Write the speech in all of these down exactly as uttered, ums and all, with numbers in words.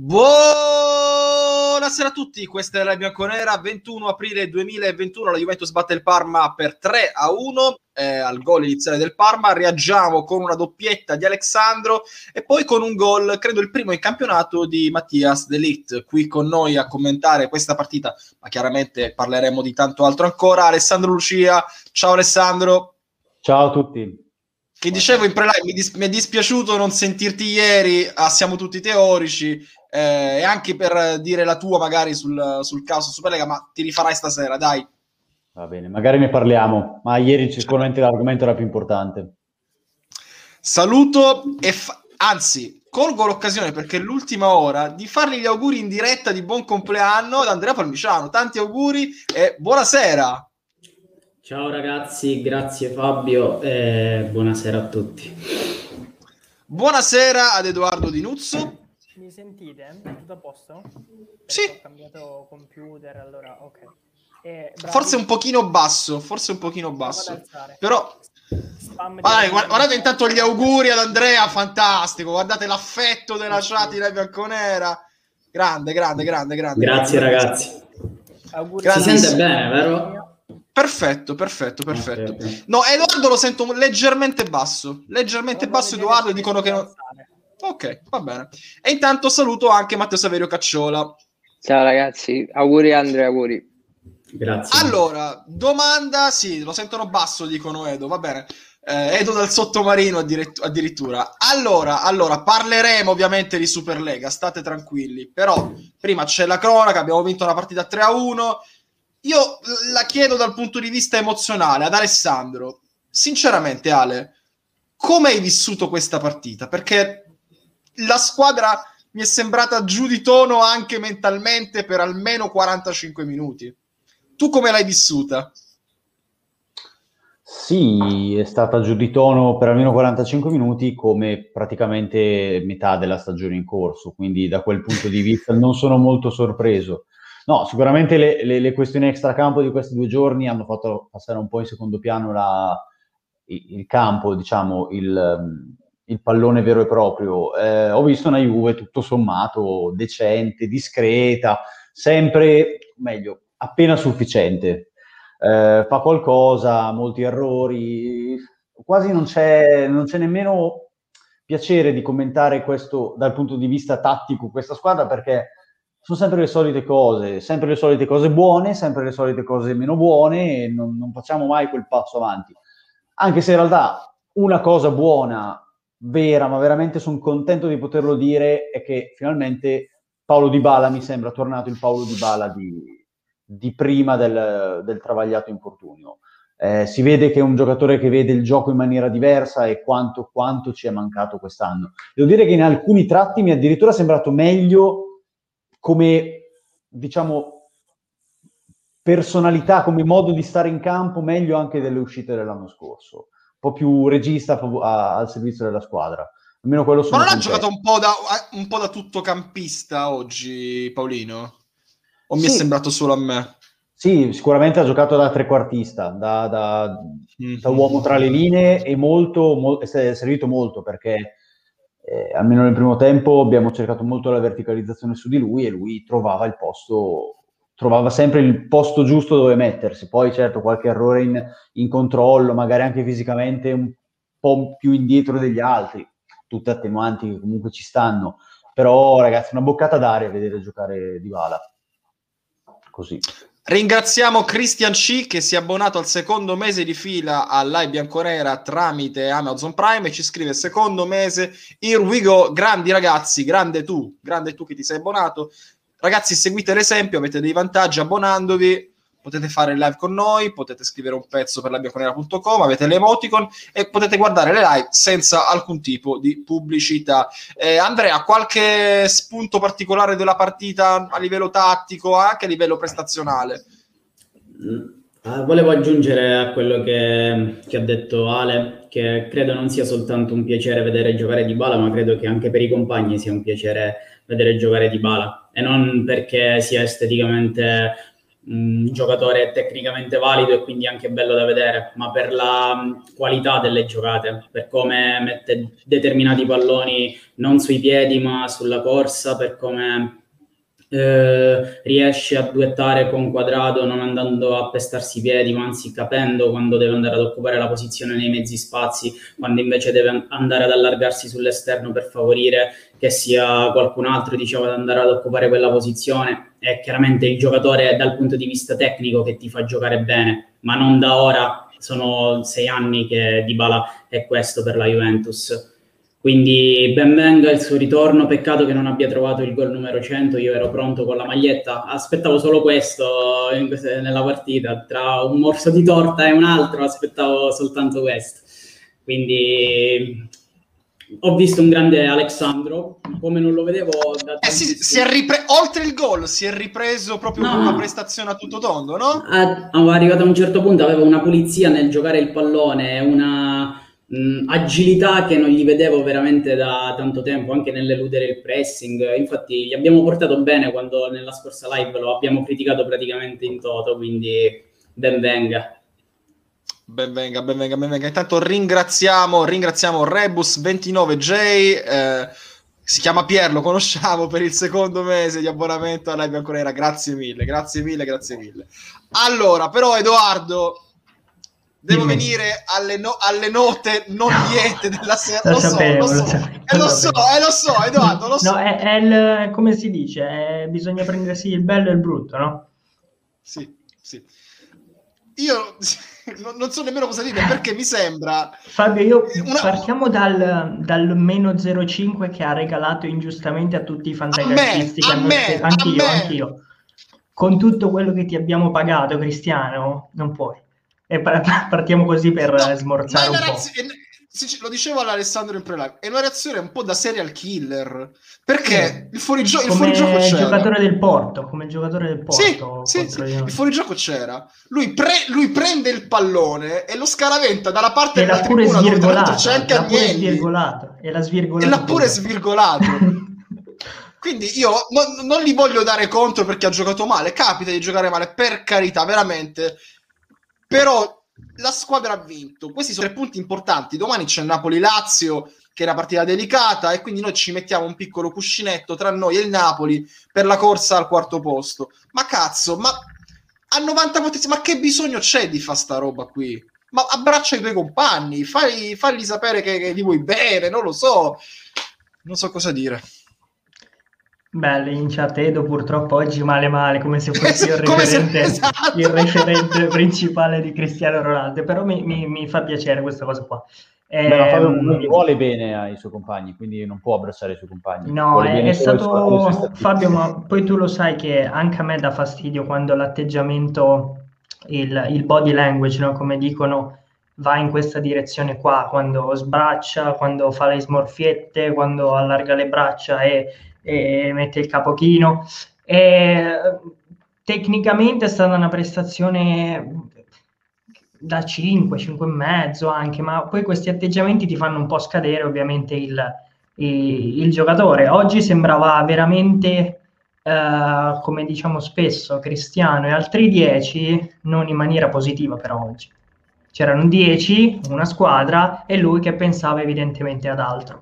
Buonasera a tutti, questa è la Bianconera, ventuno aprile duemilaventuno, la Juventus batte il Parma per tre a uno, eh, al gol iniziale del Parma, reagiamo con una doppietta di Alexandro e poi con un gol, credo il primo in campionato, di Mattias De Ligt, qui con noi a commentare questa partita, ma chiaramente parleremo di tanto altro ancora. Alessandro Lucia, ciao Alessandro. Ciao a tutti. Che dicevo in pre-live, mi, dis- mi è dispiaciuto non sentirti ieri, ah, siamo tutti teorici, eh, e anche per dire la tua magari sul, sul caso Superlega, ma ti rifarai stasera, dai. Va bene, magari ne parliamo, ma ieri sicuramente l'argomento era più importante. Saluto e fa- anzi, colgo l'occasione perché è l'ultima ora di fargli gli auguri in diretta di buon compleanno ad Andrea Palmiciano. Tanti auguri e buonasera. Ciao ragazzi, grazie Fabio e buonasera a tutti. Buonasera ad Edoardo Di Nuzzo. Mi sentite? È tutto a posto? Perché sì. Ho cambiato computer, allora ok. E, forse un pochino basso, forse un pochino basso. Però Vai, guardate intanto gli auguri ad Andrea, fantastico. Guardate l'affetto della chat di Live Bianconera. Grande, grande, grande, grande. Grazie grande. Ragazzi. Auguri. Si sente bene, vero? Perfetto, perfetto, perfetto. Okay, okay. No, Edoardo lo sento leggermente basso. Leggermente basso, Edoardo, dicono che non... Ok, va bene. E intanto saluto anche Matteo Saverio Cacciola. Ciao ragazzi, auguri Andrea, auguri. Grazie. Allora, domanda, sì, lo sentono basso, dicono Edo, va bene. Eh, Edo dal sottomarino addirittura. Allora, allora, parleremo ovviamente di Superlega, state tranquilli. Però, prima c'è la cronaca, abbiamo vinto una partita tre a uno. Io la chiedo dal punto di vista emozionale ad Alessandro. Sinceramente, Ale, come hai vissuto questa partita? Perché la squadra mi è sembrata giù di tono anche mentalmente per almeno quarantacinque minuti. Tu come l'hai vissuta? Sì, è stata giù di tono per almeno quarantacinque minuti, come praticamente metà della stagione in corso, quindi da quel punto di vista non sono molto sorpreso. No, sicuramente le, le, le questioni extracampo di questi due giorni hanno fatto passare un po' in secondo piano la, il, il campo, diciamo, il, il pallone vero e proprio. Eh, ho visto una Juve tutto sommato decente, discreta, sempre, meglio, appena sufficiente. Eh, fa qualcosa, molti errori, quasi non c'è, non c'è nemmeno piacere di commentare questo dal punto di vista tattico, questa squadra, perché sono sempre le solite cose, sempre le solite cose buone, sempre le solite cose meno buone, e non, non facciamo mai quel passo avanti. Anche se in realtà una cosa buona, vera, ma veramente sono contento di poterlo dire, è che finalmente Paulo Dybala mi sembra tornato il Paulo Dybala di, di prima del, del travagliato infortunio. Eh, si vede che è un giocatore che vede il gioco in maniera diversa e quanto, quanto ci è mancato quest'anno. Devo dire che in alcuni tratti mi è addirittura sembrato meglio come, diciamo, personalità, come modo di stare in campo, meglio anche delle uscite dell'anno scorso. Un po' più regista a, a, al servizio della squadra. Almeno quello sono. Ma non contento. ha giocato un po' da un po' da tutto campista oggi, Paolino? O mi sì. è sembrato solo a me? Sì, sicuramente ha giocato da trequartista, da, da, mm-hmm. da uomo tra le linee, e molto, molto, è servito molto perché Eh, almeno nel primo tempo abbiamo cercato molto la verticalizzazione su di lui e lui trovava il posto, trovava sempre il posto giusto dove mettersi. Poi certo qualche errore in, in controllo, magari anche fisicamente un po' più indietro degli altri, tutte attenuanti che comunque ci stanno, però ragazzi una boccata d'aria vedere giocare Dybala così. Ringraziamo Christian C che si è abbonato al secondo mese di fila a Live Bianconera tramite Amazon Prime e ci scrive: secondo mese, here we go, grandi ragazzi, grande tu, grande tu che ti sei abbonato. Ragazzi, seguite l'esempio, avete dei vantaggi abbonandovi, potete fare il live con noi, potete scrivere un pezzo per labianconera punto com, avete le emoticon e potete guardare le live senza alcun tipo di pubblicità. Eh, Andrea, qualche spunto particolare della partita a livello tattico, anche a livello prestazionale? Uh, volevo aggiungere a quello che, che ha detto Ale, che credo non sia soltanto un piacere vedere giocare Dybala, ma credo che anche per i compagni sia un piacere vedere giocare Dybala, e non perché sia esteticamente un giocatore tecnicamente valido e quindi anche bello da vedere, ma per la qualità delle giocate, per come mette determinati palloni non sui piedi ma sulla corsa, per come eh, riesce a duettare con Quadrado non andando a pestarsi i piedi, ma anzi capendo quando deve andare ad occupare la posizione nei mezzi spazi, quando invece deve andare ad allargarsi sull'esterno per favorire che sia qualcun altro, diciamo, ad andare ad occupare quella posizione. È chiaramente il giocatore dal punto di vista tecnico che ti fa giocare bene, ma non da ora, sono sei anni che Dybala è questo per la Juventus. Quindi ben venga il suo ritorno, peccato che non abbia trovato il gol numero cento, io ero pronto con la maglietta, aspettavo solo questo in queste, nella partita, tra un morso di torta e un altro aspettavo soltanto questo. Quindi ho visto un grande Alexandro, come non lo vedevo da eh sì, si è ripre- oltre il gol si è ripreso proprio no. una prestazione a tutto tondo, no? A, arrivato a un certo punto aveva una pulizia nel giocare il pallone, una mh, agilità che non gli vedevo veramente da tanto tempo, anche nell'eludere il pressing. Infatti gli abbiamo portato bene quando nella scorsa live lo abbiamo criticato praticamente in toto, quindi ben venga. Ben venga, ben venga, ben venga. Intanto ringraziamo, ringraziamo Rebus ventinove J, eh, si chiama Pier, lo conosciamo, per il secondo mese di abbonamento a Live Ancora Era. Grazie mille, grazie mille, grazie mille. Allora, però Edoardo, devo Dimmi. venire alle, no- alle note non liete della sera. Lo Lo, sapevo, so, lo lo so, sapevo, eh, lo lo so, sapevo. eh, lo so, Edoardo, lo so. No, è, è il, come si dice, è- bisogna prendersi il bello e il brutto, no? Sì, sì. Io non non so nemmeno cosa dire, perché mi sembra... Fabio, io Una- partiamo dal, dal meno zero virgola cinque che ha regalato ingiustamente a tutti i fantacalcisti che a hanno me, speso. a Anch'io, me. anch'io. Con tutto quello che ti abbiamo pagato, Cristiano, non puoi. E pa- partiamo così per No, eh, smorzare ma è un una po'. reazio- è- sì, lo dicevo all'Alessandro in pre-live, è una reazione un po' da serial killer, perché il fuorigio- il Come fuorigioco il c'era. giocatore del Porto, come il giocatore del Sì, Porto sì, contro sì, di noi. il fuorigioco c'era. Lui, pre- lui prende il pallone e lo scaraventa dalla parte E della l'ha pure tribuna dove tra l'altro svirgolato, c'è anche l'ha pure Agnelli svirgolato, e l'ha e svirgolato l'ha pure pure. svirgolato. Quindi io non, non gli voglio dare contro perché ha giocato male, capita di giocare male, per carità, veramente. Però la squadra ha vinto. Questi sono tre punti importanti. Domani c'è Napoli-Lazio, che è una partita delicata, e quindi noi ci mettiamo un piccolo cuscinetto tra noi e il Napoli per la corsa al quarto posto. Ma cazzo, ma a novanta potenze, ma che bisogno c'è di fare sta roba qui? Ma abbraccia i tuoi compagni, fai, fagli sapere che, che gli vuoi bene, non lo so. Non so cosa dire. Beh, in chat Edo purtroppo oggi male male, come se fossi io il Come se- referente, esatto. il referente principale di Cristiano Ronaldo, però mi, mi- mi fa piacere questa cosa qua. Beh, ma Fabio Ehm, non gli vuole bene ai suoi compagni, quindi non può abbracciare i suoi compagni. No, Vuole è, bene è solo ai suoi- alle sue stato statistiche. Fabio, ma poi tu lo sai che anche a me dà fastidio quando l'atteggiamento, il, il body language, no, come dicono, va in questa direzione qua, quando sbraccia, quando fa le smorfiette, quando allarga le braccia e, e mette il capo chino. E, tecnicamente è stata una prestazione da cinque, cinque e mezzo anche, ma poi questi atteggiamenti ti fanno un po' scadere ovviamente il, il, il giocatore. Oggi sembrava veramente, eh, come diciamo spesso, Cristiano e altri dieci, non in maniera positiva per oggi. C'erano dieci, una squadra, e lui che pensava evidentemente ad altro.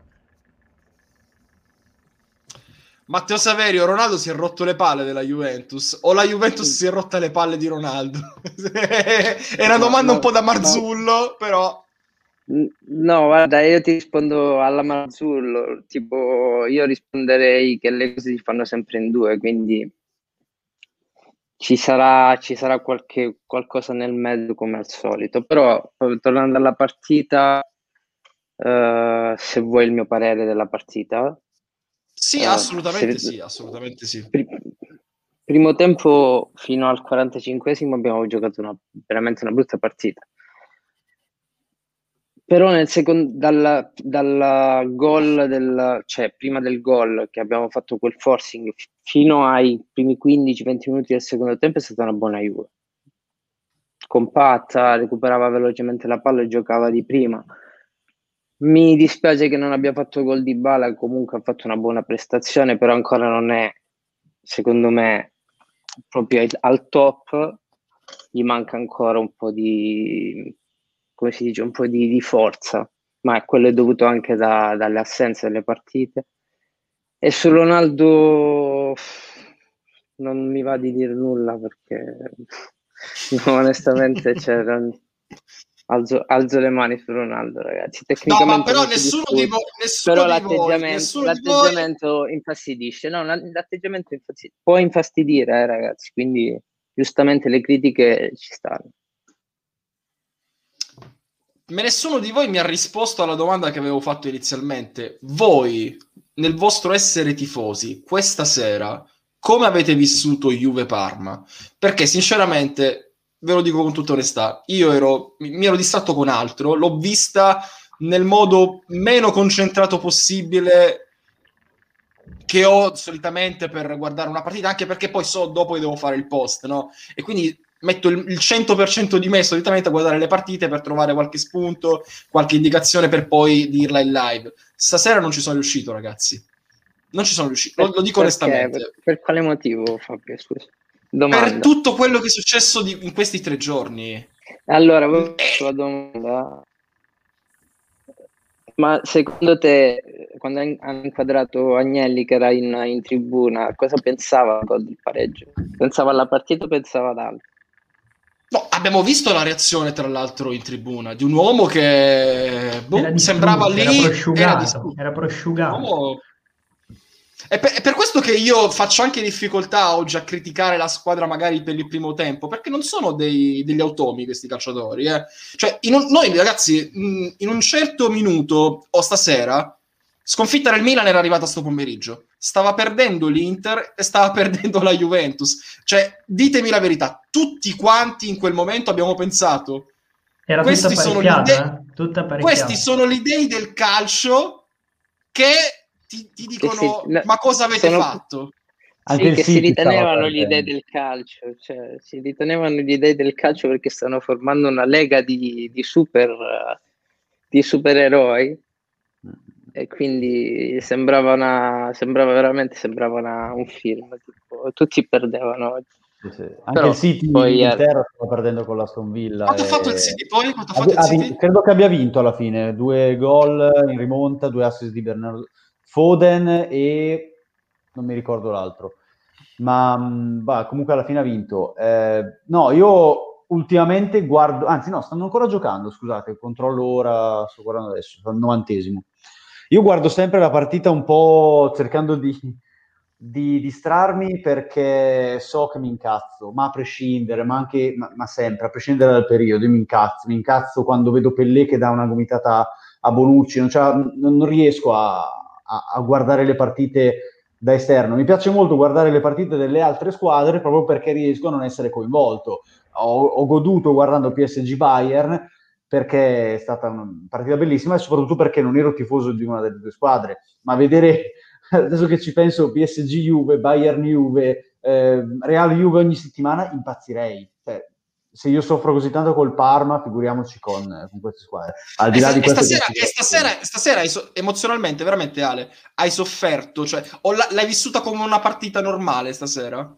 Matteo Saverio, Ronaldo si è rotto le palle della Juventus o la Juventus si è rotta le palle di Ronaldo? È una No, domanda no, un po' da no. Marzullo, però No, guarda, io ti rispondo alla Marzullo, tipo io risponderei che le cose si fanno sempre in due, quindi ci sarà, ci sarà qualche, qualcosa nel mezzo come al solito, però eh, tornando alla partita, eh, se vuoi il mio parere della partita, sì, eh, assolutamente se- sì, assolutamente sì. pri- primo tempo fino al quarantacinquesimo abbiamo giocato una, veramente una brutta partita. Però nel secondo, dal, dal gol del, cioè prima del gol che abbiamo fatto quel forcing f- fino ai primi quindici venti minuti del secondo tempo è stata una buona Juve. Compatta, recuperava velocemente la palla e giocava di prima. Mi dispiace che non abbia fatto gol di Dybala, comunque ha fatto una buona prestazione, però ancora non è, secondo me, proprio al top, gli manca ancora un po' di, come si dice, un po' di, di forza, ma quello è dovuto anche da, dalle assenze delle partite. E su Ronaldo non mi va di dire nulla perché no, onestamente c'era... Alzo, alzo le mani su Ronaldo, ragazzi. Tecnicamente no, ma però nessuno di voi, nessuno però di l'atteggiamento, voi, nessuno l'atteggiamento di infastidisce. No, l'atteggiamento infastidisce. Può infastidire, eh, ragazzi. Quindi, giustamente, le critiche ci stanno. Ma nessuno di voi mi ha risposto alla domanda che avevo fatto inizialmente. Voi, nel vostro essere tifosi, questa sera, come avete vissuto Juve-Parma? Perché, sinceramente... ve lo dico con tutta onestà, io ero, mi ero distratto con altro, l'ho vista nel modo meno concentrato possibile che ho solitamente per guardare una partita, anche perché poi so dopo che devo fare il post, no? E quindi metto il, il cento per cento di me solitamente a guardare le partite per trovare qualche spunto, qualche indicazione per poi dirla in live. Stasera non ci sono riuscito, ragazzi. Non ci sono riuscito, lo, lo dico Perché? onestamente. Per, per quale motivo, Fabio? Scusa. Domanda. Per tutto quello che è successo di, in questi tre giorni. Allora, Eh. la domanda, ma secondo te, quando hanno inquadrato Agnelli che era in, in tribuna, cosa pensava del pareggio? Pensava alla partita o pensava ad altro? No, abbiamo visto la reazione, tra l'altro, in tribuna di un uomo che boh, sembrava lì, era prosciugato, era, era prosciugato. Uomo... È, per, è per questo che io faccio anche difficoltà oggi a criticare la squadra magari per il primo tempo, perché non sono dei, degli automi questi calciatori. Eh. Cioè, in un, noi ragazzi, in un certo minuto o stasera, sconfitta del Milan era arrivata sto pomeriggio. Stava perdendo l'Inter e stava perdendo la Juventus. Cioè, ditemi la verità, tutti quanti in quel momento abbiamo pensato era questi tutta sono, gli eh? tutta questi sono gli dei del calcio che ti, ti dicono sì, no, ma cosa avete sono... fatto? Anche sì, che si ritenevano gli dei del calcio, cioè si ritenevano gli dei del calcio perché stanno formando una lega di, di super di supereroi e quindi sembrava una sembrava veramente sembrava una, un film, tipo, tutti perdevano oggi. Sì, sì. Anche Però il City poi in Inghilterra stava perdendo con l'Aston Villa. Quanto e... ha fatto il City poi? Quanto ha fatto ha, il City? Credo che abbia vinto alla fine, due gol in rimonta, due assist di Bernardo Foden e non mi ricordo l'altro, ma bah, comunque alla fine ha vinto. Eh, no, io ultimamente guardo, anzi no, stanno ancora giocando, scusate, controllo ora, sto guardando adesso, sono al novantesimo. Io guardo sempre la partita un po' cercando di, di distrarmi perché so che mi incazzo, ma a prescindere, ma anche, ma, ma sempre, a prescindere dal periodo, io mi incazzo, mi incazzo quando vedo Pellè che dà una gomitata a Bonucci, non, cioè, non riesco a, a, a guardare le partite da esterno. Mi piace molto guardare le partite delle altre squadre proprio perché riesco a non essere coinvolto. Ho, ho goduto guardando P S G Bayern perché è stata una partita bellissima e soprattutto perché non ero tifoso di una delle due squadre, ma vedere, adesso che ci penso, P S G Juve, Bayern Juve, eh, Real Juve ogni settimana, impazzirei. Cioè, se io soffro così tanto col Parma, figuriamoci con, con queste squadre. Al di là e, di e questo stasera, che... e stasera, stasera hai so- emozionalmente, veramente Ale, hai sofferto? Cioè, o la- l'hai vissuta come una partita normale stasera?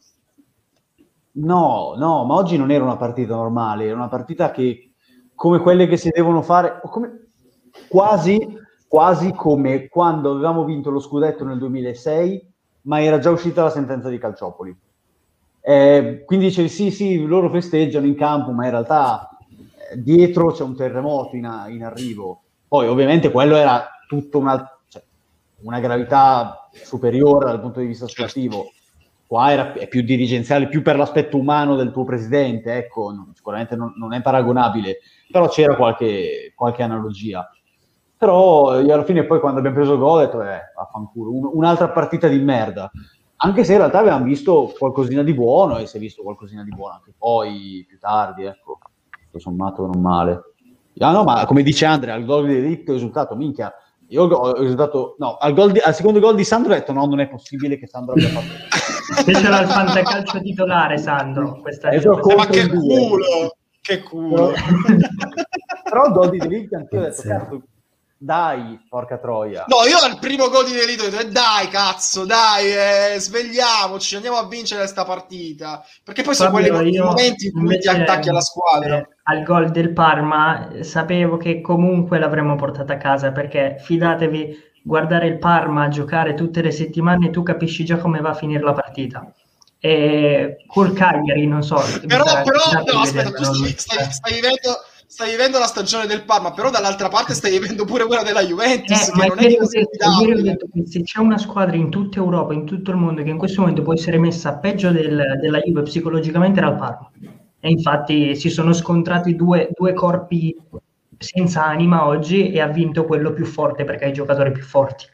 No, no, ma oggi non era una partita normale, era una partita che, come quelle che si devono fare, come, quasi, quasi come quando avevamo vinto lo scudetto nel duemilasei, ma era già uscita la sentenza di Calciopoli. Eh, quindi dicevi sì, sì, loro festeggiano in campo, ma in realtà eh, dietro c'è un terremoto in, a, in arrivo. Poi ovviamente quello era tutto una, cioè, una gravità superiore dal punto di vista sportivo. Qua era, è più dirigenziale, più per l'aspetto umano del tuo presidente, ecco, non, sicuramente non, non è paragonabile, però c'era qualche, qualche analogia. Però io alla fine poi quando abbiamo preso il gol ho detto, eh, vaffanculo, un, un'altra partita di merda. Anche se in realtà avevamo visto qualcosina di buono e si è visto qualcosina di buono anche poi, più tardi, ecco, tutto sommato non male. Ah no, ma come dice Andrea, al gol di Delict ho risultato, minchia, io ho risultato, no, al, gol di, al secondo gol di Sandro ho detto no, non è possibile che Sandro abbia fatto. Fecero il fantacalcio titolare Sandro, questa eh, ma che culo, che culo. Però il gol di Delict anche io ho detto, cazzo, dai, porca troia. No, io al primo gol di Delito ho detto, dai cazzo, dai, eh, svegliamoci, andiamo a vincere questa partita, perché poi sono Fabio, quelli io momenti in cui ti invece, attacchi alla squadra. eh, al gol del Parma eh, sapevo che comunque l'avremmo portata a casa, perché fidatevi, guardare il Parma giocare tutte le settimane, tu capisci già come va a finire la partita. E col Cagliari, non so, mi Però, sarà però, capitato no, di aspetta, tu vedermelo, stai, stai, stai vivendo... Stai vivendo la stagione del Parma, però dall'altra parte stai vivendo pure quella della Juventus, Eh, che ma non è ieri che ho sia detto, ieri ho affidabile. detto che se c'è una squadra in tutta Europa, in tutto il mondo, che in questo momento può essere messa peggio del- della Juve psicologicamente, era il Parma. E infatti si sono scontrati due, due corpi senza anima oggi e ha vinto quello più forte perché ha i giocatori più forti.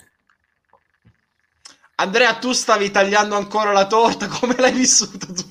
Andrea, tu stavi tagliando ancora la torta, come l'hai vissuta tu?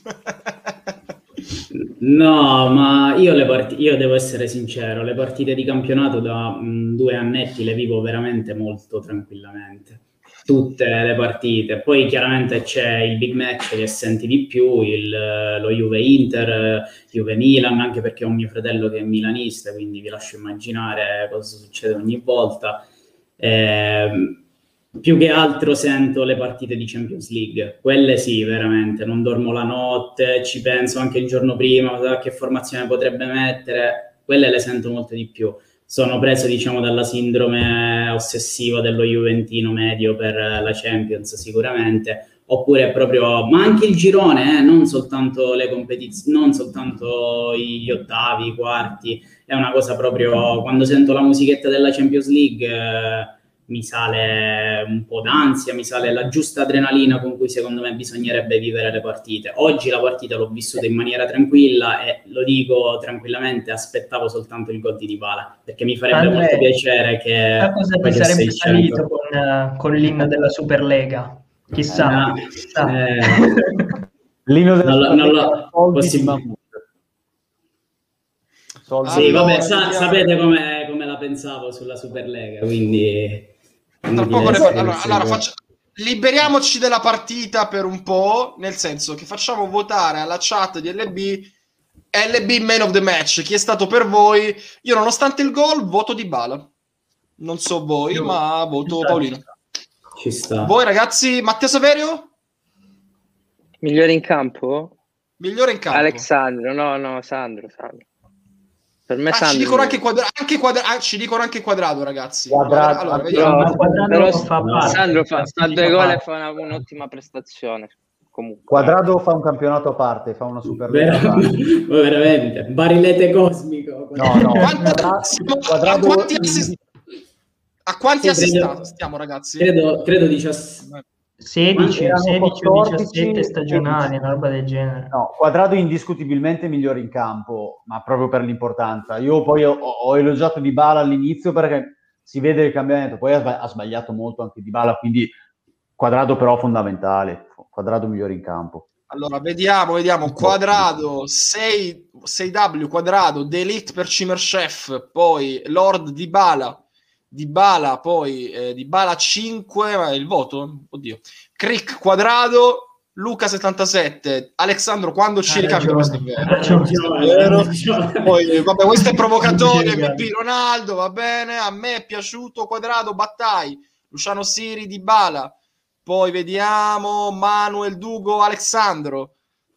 No, ma io, le part- io devo essere sincero, le partite di campionato da mh, due annetti le vivo veramente molto tranquillamente. Tutte le partite. Poi chiaramente c'è il big match che senti di più, il, lo Juve-Inter, eh, Juve-Milan, anche perché ho un mio fratello che è milanista, quindi vi lascio immaginare cosa succede ogni volta. Ehm, più che altro sento le partite di Champions League, quelle sì, veramente, non dormo la notte, ci penso anche il giorno prima, a che formazione potrebbe mettere, quelle le sento molto di più. Sono preso, diciamo, dalla sindrome ossessiva dello Juventino medio per la Champions, sicuramente, oppure proprio, ma anche il girone, eh, non soltanto le competizioni, non soltanto gli ottavi, i quarti, è una cosa proprio, quando sento la musichetta della Champions League... Eh, mi sale un po' d'ansia, mi sale la giusta adrenalina con cui secondo me bisognerebbe vivere le partite. Oggi la partita l'ho vissuta in maniera tranquilla e lo dico tranquillamente, aspettavo soltanto il gol di Dybala, perché mi farebbe Andrea, molto piacere che sa cosa ti facesse sarebbe il salito cento. con, eh, con l'inno della Superlega? Chissà. No, chissà. eh, L'inno della non lo- non lo- Superlega, soldi di possib- Mahmood. Soldi Sì, Allora, vabbè, sa- vediamo. sapete come, come la pensavo sulla Superlega, quindi... Tra poco ne par- allora, allora faccia- liberiamoci della partita per un po', nel senso che facciamo votare alla chat di L B L B Man of the Match, chi è stato per voi. Io nonostante il gol voto Dybala, non so voi, Io- ma voto chissà, Paolino. chissà. Ci sta. Voi ragazzi, Matteo Saverio? Migliore in campo? Migliore in campo. Alexandro, no, no, Sandro, Sandro. Per me Ah, ci Sandro. dicono anche, quadra- anche quadra- ah, ci dicono anche Quadrado, ragazzi. Quadrado. Allora, Però- vediamo. Ma Quadrado però fa parte, Sandro fa, fa sì, due fa gol e parte. fa una- un'ottima prestazione. Comunque. Quadrado fa un campionato a parte, fa una Superlega a Ver- parte. veramente, barilete cosmico. No, no, Quanto- Quadra- siamo- Quadrado a quanti assist, a quanti Sì, assist credo- stiamo, ragazzi? Credo, credo diciassette. sedici, Erano sedici o quattordici, diciassette stagionali, sedici. una roba del genere. No, Quadrado indiscutibilmente migliore in campo, ma proprio per l'importanza. Io poi ho, ho elogiato Dybala all'inizio perché si vede il cambiamento, poi ha, sbag- ha sbagliato molto anche Dybala, quindi Quadrado però fondamentale, Quadrado migliore in campo. Allora, vediamo, vediamo. Quadrado, sei, sei W, Quadrado, D'Elite per Cimerchef, poi Lord Dybala, Dybala, poi eh, Dybala cinque, ma il voto? Oddio. Crick Quadrado, Luca settantasette, Alessandro quando ci Ha ricambia, questo è ragione, vero. ha ragione. Questo è vero. Poi, vabbè, questo è provocatorio, Sì, M P Ronaldo, va bene, a me è piaciuto Quadrado, Battai, Luciano Siri, Dybala. Poi vediamo Manuel Dugo, Alessandro,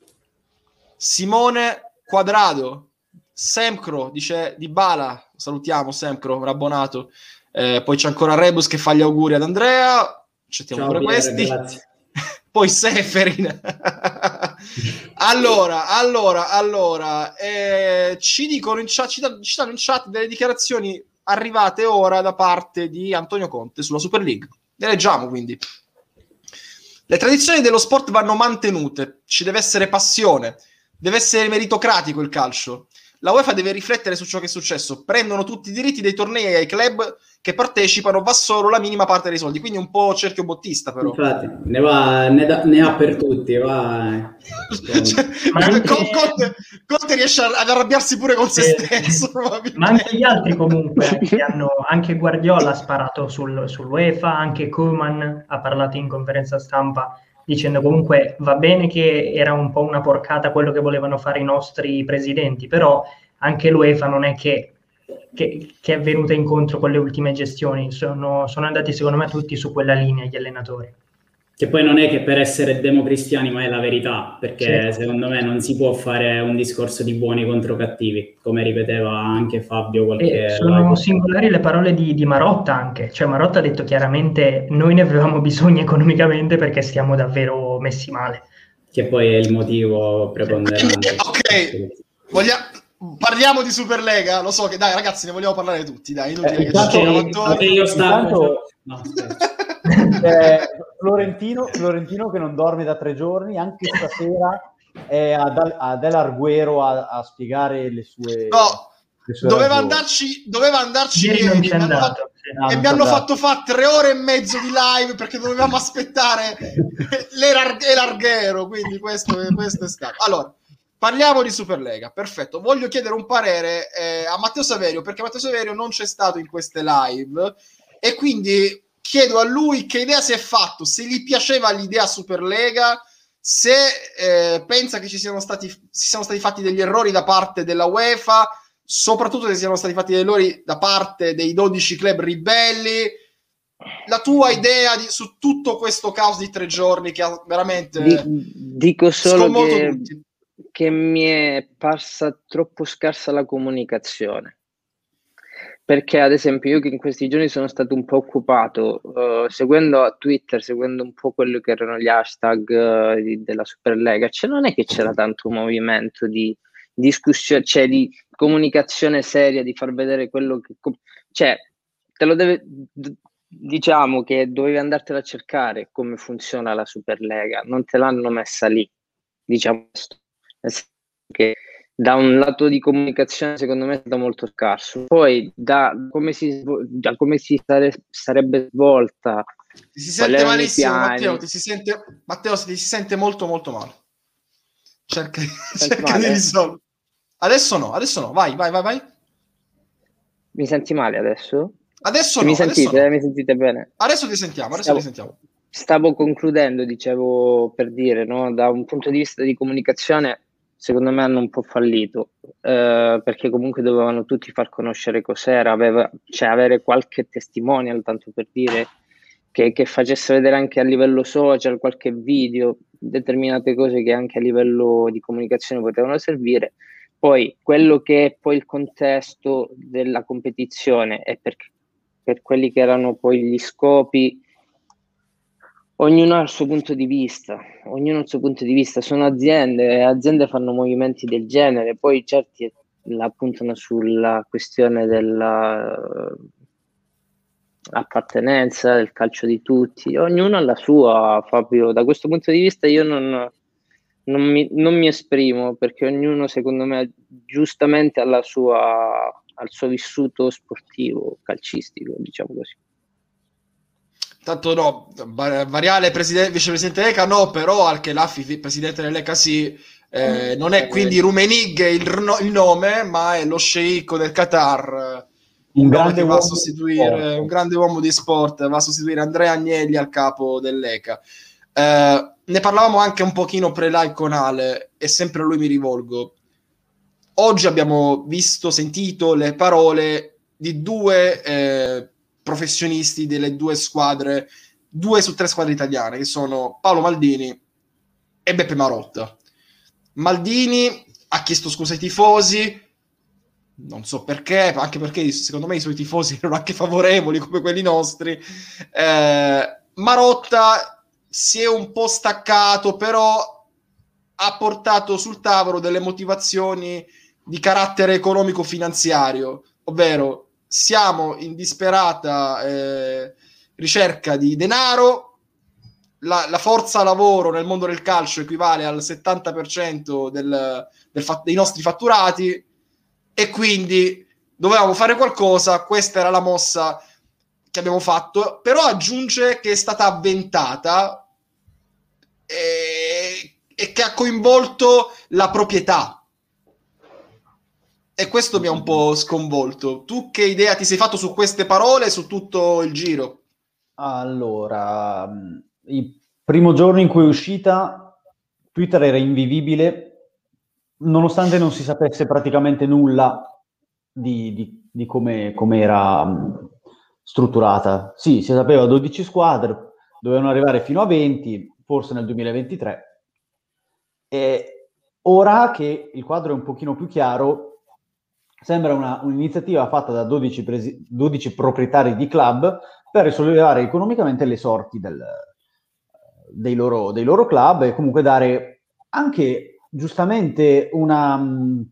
Simone Quadrado, Semcro dice Dybala, salutiamo Semcro, un abbonato. Eh, poi c'è ancora Rebus che fa gli auguri ad Andrea, accettiamo Ciao, pure Piero, questi. grazie. Poi Seferin. allora, allora, allora, eh, ci dicono in chat, ci, da- ci danno in chat delle dichiarazioni arrivate ora da parte di Antonio Conte sulla Super League. Le leggiamo quindi. Le tradizioni dello sport vanno mantenute, ci deve essere passione, deve essere meritocratico il calcio. La UEFA deve riflettere su ciò che è successo. Prendono tutti i diritti dei tornei ai club che partecipano, va solo la minima parte dei soldi. Quindi un po' cerchio bottista, però. Infatti, ne, va, ne, da- ne ha per tutti, va. Cioè, Ma anche- Con- Conte, Conte riesce a- ad arrabbiarsi pure con se Eh, stesso, probabilmente. Ma anche gli altri comunque, che hanno, anche Guardiola ha sparato sul, sull'UEFA, anche Koeman ha parlato in conferenza stampa dicendo comunque va bene che era un po' una porcata quello che volevano fare i nostri presidenti, però anche l'UEFA non è che che, che è venuta incontro con le ultime gestioni. Sono, sono andati secondo me tutti su quella linea gli allenatori. Che poi non è che per essere democristiani, ma è la verità, perché Sì. secondo me non si può fare un discorso di buoni contro cattivi, come ripeteva anche Fabio qualche E sono singolari le parole di, di Marotta anche, cioè Marotta ha detto chiaramente noi ne avevamo bisogno economicamente perché stiamo davvero messi male. Che poi è il motivo preponderante. Ok, Voglia... parliamo di Superlega, lo so che dai ragazzi ne vogliamo parlare tutti, dai, inutile eh, che intanto, ci okay, io intanto no, eh, Florentino, Florentino che non dorme da tre giorni, anche stasera è ad, ad El Arguero a, a spiegare le sue... No, le sue doveva ragioni. andarci, doveva andarci Ieri non c'è andato. fatto, No, e mi hanno fatto fare tre ore e mezzo di live perché dovevamo aspettare l'Arghero, quindi questo, questo è stato. Allora, parliamo di Superlega, perfetto. Voglio chiedere un parere eh, a Matteo Saverio, perché Matteo Saverio non c'è stato in queste live e quindi chiedo a lui che idea si è fatto, se gli piaceva l'idea Superlega, se eh, pensa che ci siano stati, si siano stati fatti degli errori da parte della UEFA, soprattutto se siano stati fatti degli errori da parte dei dodici club ribelli. La tua idea di, su tutto questo caos di tre giorni che ha veramente Di, dico solo che, tutti. che mi è parsa troppo scarsa la comunicazione, perché ad esempio io che in questi giorni sono stato un po' occupato uh, seguendo a Twitter, seguendo un po' quello che erano gli hashtag uh, di, della Superlega, cioè non è che c'era tanto movimento di discussione, cioè di comunicazione seria, di far vedere quello che... cioè, te lo deve... diciamo che dovevi andartela a cercare come funziona la Superlega, non te l'hanno messa lì, diciamo che da un lato di comunicazione secondo me è stato molto scarso, poi da come si, da come si sare, sarebbe svolta, ti si sente malissimo Matteo, ti si sente, Matteo ti si sente molto molto male, cerca, cerca male? di risolvere. Adesso no, adesso no, vai vai vai vai. Mi senti male adesso? Adesso no, mi sentite, adesso no. mi sentite bene? Adesso ti sentiamo, adesso stavo, ti sentiamo. Stavo concludendo, dicevo, per dire, no, da un punto di vista di comunicazione, secondo me hanno un po' fallito, eh, perché comunque dovevano tutti far conoscere cos'era, aveva, cioè avere qualche testimonial, tanto per dire, che, che facesse vedere anche a livello social qualche video, determinate cose che anche a livello di comunicazione potevano servire. Poi quello che è poi il contesto della competizione e per, per quelli che erano poi gli scopi, ognuno ha il suo punto di vista, ognuno ha il suo punto di vista, sono aziende, e aziende fanno movimenti del genere, poi certi la puntano sulla questione della appartenenza, del calcio di tutti, ognuno ha la sua, Fabio, da questo punto di vista io non... Non mi, non mi esprimo, perché ognuno secondo me giustamente ha la sua, al suo vissuto sportivo, calcistico, diciamo così. Tanto no, Variale presidente, vicepresidente Lega no, però anche Laffi presidente dell'E sì, eh, non è quindi Rumenig il, il nome, ma è lo sceicco del Qatar, un grande che va a sostituire, un grande uomo di sport, va a sostituire Andrea Agnelli al capo dell'E eh, ne parlavamo anche un pochino pre-live con Ale e sempre a lui mi rivolgo. Oggi abbiamo visto, sentito le parole di due eh, professionisti delle due squadre, due su tre squadre italiane, che sono Paolo Maldini e Beppe Marotta. Maldini ha chiesto scusa ai tifosi, non so perché, anche perché secondo me i suoi tifosi erano anche favorevoli come quelli nostri. Eh, Marotta si è un po' staccato, però ha portato sul tavolo delle motivazioni di carattere economico-finanziario, ovvero siamo in disperata eh, ricerca di denaro, la, la forza lavoro nel mondo del calcio equivale al settanta per cento del, del fa- dei nostri fatturati e quindi dovevamo fare qualcosa, questa era la mossa che abbiamo fatto, però aggiunge che è stata avventata e, e che ha coinvolto la proprietà, e questo mi ha un po' sconvolto. Tu che idea ti sei fatto su queste parole, su tutto il giro? Allora, il primo giorno in cui è uscita Twitter era invivibile, nonostante non si sapesse praticamente nulla di, di, di come, come era mh, strutturata. Sì, si sapeva dodici squadre, dovevano arrivare fino a venti, forse nel duemilaventitré. E ora che il quadro è un pochino più chiaro, sembra una, un'iniziativa fatta da dodici, presi, dodici proprietari di club per risollevare economicamente le sorti del, dei, loro, dei loro club e comunque dare anche giustamente una mh,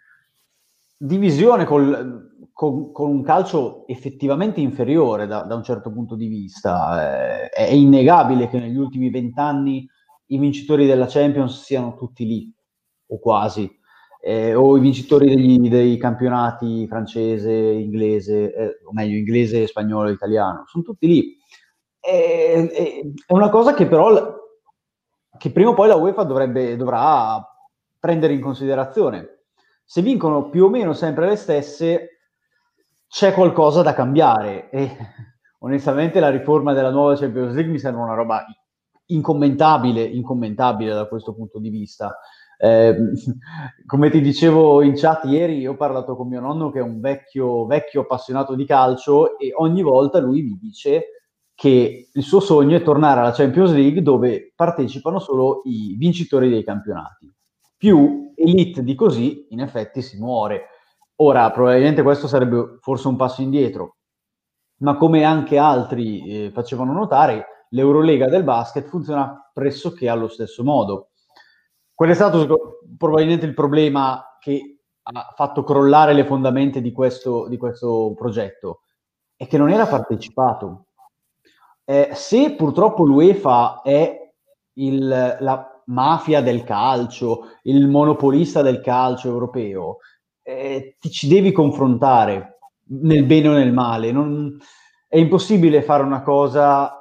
divisione col, con, con un calcio effettivamente inferiore da, da un certo punto di vista. Eh, è innegabile che negli ultimi vent'anni i vincitori della Champions siano tutti lì, o quasi, eh, o i vincitori degli, dei campionati francese, inglese, eh, o meglio inglese, spagnolo, italiano, sono tutti lì. E, e, è una cosa che però che prima o poi la UEFA dovrebbe, dovrà prendere in considerazione. Se vincono più o meno sempre le stesse, c'è qualcosa da cambiare e onestamente la riforma della nuova Champions League mi sembra una roba incommentabile, incommentabile da questo punto di vista. Eh, come ti dicevo in chat ieri, io ho parlato con mio nonno che è un vecchio, vecchio appassionato di calcio e ogni volta lui mi dice che il suo sogno è tornare alla Champions League dove partecipano solo i vincitori dei campionati. Più elite di così, in effetti si muore. Ora, probabilmente questo sarebbe forse un passo indietro, ma come anche altri eh, facevano notare, l'Eurolega del basket funziona pressoché allo stesso modo. Qual è stato probabilmente il problema che ha fatto crollare le fondamenta di questo, di questo progetto? È che non era partecipato. Eh, se purtroppo l'UEFA è il, la mafia del calcio, il monopolista del calcio europeo, eh, ti ci devi confrontare nel bene o nel male. Non, è impossibile fare una cosa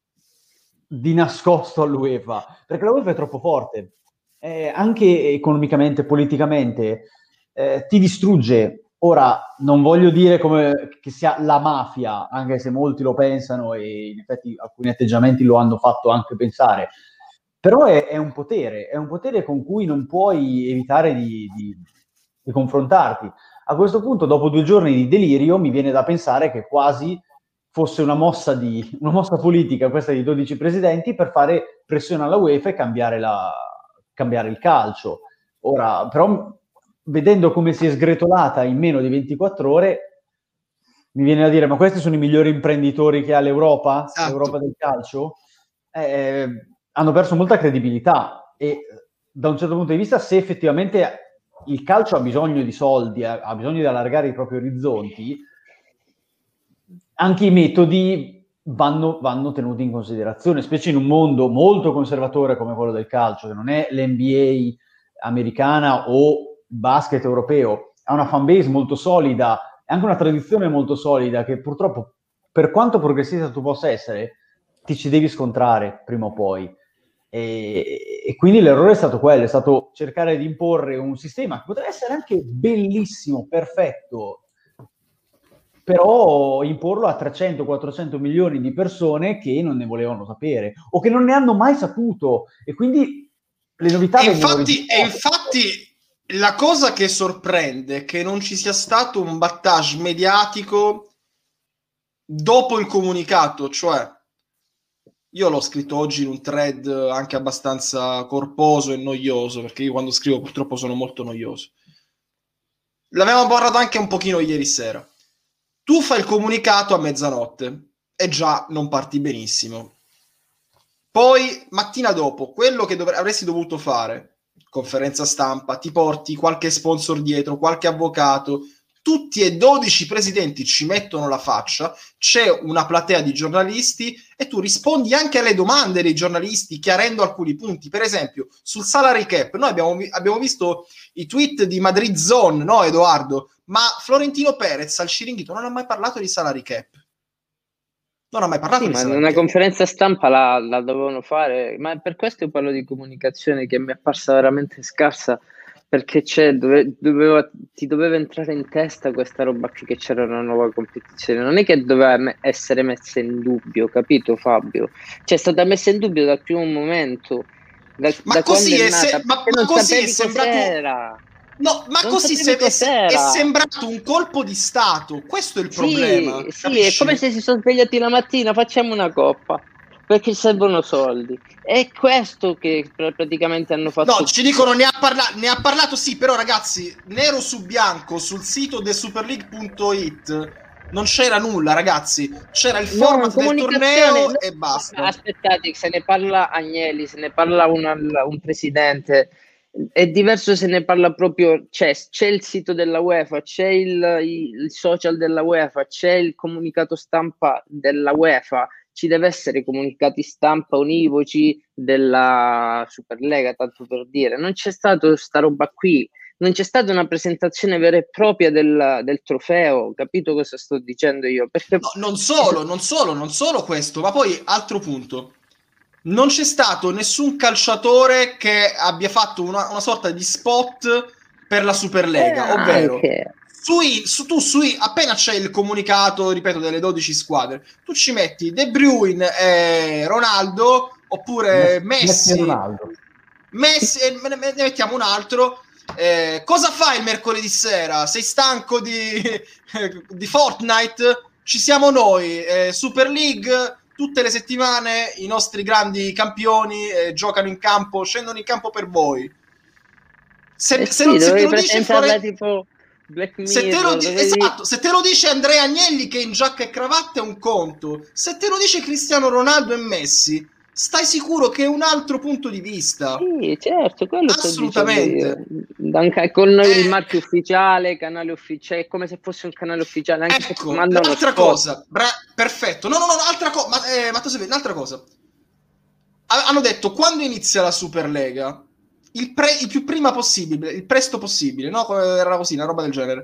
di nascosto all'UEFA, perché la UEFA è troppo forte, eh, anche economicamente, politicamente, eh, ti distrugge. Ora, non voglio dire come che sia la mafia, anche se molti lo pensano e in effetti alcuni atteggiamenti lo hanno fatto anche pensare, però è, è un potere, è un potere con cui non puoi evitare di, di, di confrontarti. A questo punto, dopo due giorni di delirio, mi viene da pensare che quasi fosse una mossa, di, una mossa politica, questa di dodici presidenti, per fare pressione alla UEFA e cambiare, la, cambiare il calcio. Ora, però, vedendo come si è sgretolata in meno di ventiquattro ore, mi viene da dire, ma questi sono i migliori imprenditori che ha l'Europa? Esatto. L'Europa del calcio? Eh, hanno perso molta credibilità e da un certo punto di vista, se effettivamente il calcio ha bisogno di soldi, ha, ha bisogno di allargare i propri orizzonti, anche i metodi vanno, vanno tenuti in considerazione, specie in un mondo molto conservatore come quello del calcio, che non è l'N B A americana o il basket europeo, ha una fanbase molto solida, è anche una tradizione molto solida che purtroppo, per quanto progressista tu possa essere, ti ci devi scontrare prima o poi. E, e quindi l'errore è stato quello, è stato cercare di imporre un sistema che potrebbe essere anche bellissimo, perfetto, però imporlo a trecento quattrocento milioni di persone che non ne volevano sapere o che non ne hanno mai saputo e quindi le novità e infatti, e infatti la cosa che sorprende è che non ci sia stato un battage mediatico dopo il comunicato, cioè io l'ho scritto oggi in un thread anche abbastanza corposo e noioso, perché io quando scrivo purtroppo sono molto noioso. L'avevamo parlato anche un pochino ieri sera. Tu fai il comunicato a mezzanotte e già non parti benissimo. Poi, mattina dopo, quello che dovre- avresti dovuto fare, conferenza stampa, ti porti qualche sponsor dietro, qualche avvocato, tutti e dodici presidenti ci mettono la faccia, c'è una platea di giornalisti e tu rispondi anche alle domande dei giornalisti chiarendo alcuni punti. Per esempio, sul salary cap, noi abbiamo, abbiamo visto i tweet di Madrid Zone, no Edoardo? Ma Florentino Perez al Ciringhito non ha mai parlato di salary cap. Non ha mai parlato sì, di ma salary una cap. conferenza stampa la, la dovevano fare, ma per questo io parlo di comunicazione che mi è apparsa veramente scarsa, perché c'è, dove, doveva, ti doveva entrare in testa questa roba qui che c'era una nuova competizione, non è che doveva me- essere messa in dubbio, capito Fabio? C'è stata messa in dubbio dal primo momento, da, Ma da così quando è è se- nata, ma- perché ma non così sapevi è sembrato- cos'era. No, ma Non così sapevi se- è, è cos'era. sembrato un colpo di stato. Questo è il Sì, problema. sì, è capisci? come se si sono svegliati la mattina, facciamo una coppa, perché servono soldi. È questo che pr- praticamente hanno No, fatto. ci dicono ne ha, parla- ne ha parlato, sì, però ragazzi, nero su bianco sul sito de superleague punto it non c'era nulla, ragazzi. C'era il No, format del comunicazione. torneo No, e basta. aspettate, se ne parla Agnelli, se ne parla un, un presidente. È diverso se ne parla proprio, c'è, c'è il sito della UEFA, c'è il, il social della UEFA, c'è il comunicato stampa della UEFA, ci deve essere comunicati stampa univoci della Superlega, tanto per dire. Non c'è stato sta roba qui, non c'è stata una presentazione vera e propria del, del trofeo, capito cosa sto dicendo io? Perché No, non solo, non solo, non solo questo, ma poi altro punto. Non c'è stato nessun calciatore che abbia fatto una, una sorta di spot per la Superlega, Eh, ovvero anche. sui, su, tu sui, appena c'è il comunicato, ripeto, delle dodici squadre, tu ci metti De Bruyne e Ronaldo, oppure Messi Messi, e Ronaldo. Messi e ne, ne mettiamo un altro. Eh, cosa fai il mercoledì sera? Sei stanco di, di Fortnite? Ci siamo noi, eh, Super League, tutte le settimane i nostri grandi campioni eh, giocano in campo, scendono in campo per voi. Se, Eh se sì, non, se te dovevi lo dice presentarla Flore- tipo Black se te lo Mirror, di- dovevi... esatto, se te lo dice Andrea Agnelli che è in giacca e cravatta è un conto. Se te lo dice Cristiano Ronaldo e Messi, stai sicuro che è un altro punto di vista. Sì, certo, quello sto dicendo io. Assolutamente. Anche con il Eh, marchio ufficiale, canale ufficiale, è come se fosse un canale ufficiale, anche se ecco, manda uno l'altra spot. cosa, bra- perfetto. No, no, no, altra cosa, ma, eh, Matteo Severi, un'altra cosa. Ha- hanno detto quando inizia la Superlega, il, pre- il più prima possibile, il presto possibile, no? Era così, una roba del genere.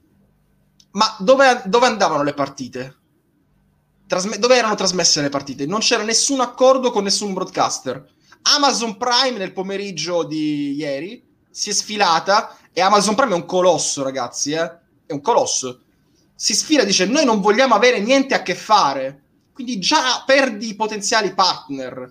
Ma dove, dove andavano le partite? Trasme- dove erano trasmesse le partite? Non c'era nessun accordo con nessun broadcaster. Amazon Prime nel pomeriggio di ieri si è sfilata, e Amazon Prime è un colosso, ragazzi, eh? È un colosso. Si sfila e dice noi non vogliamo avere niente a che fare. Quindi già perdi i potenziali partner.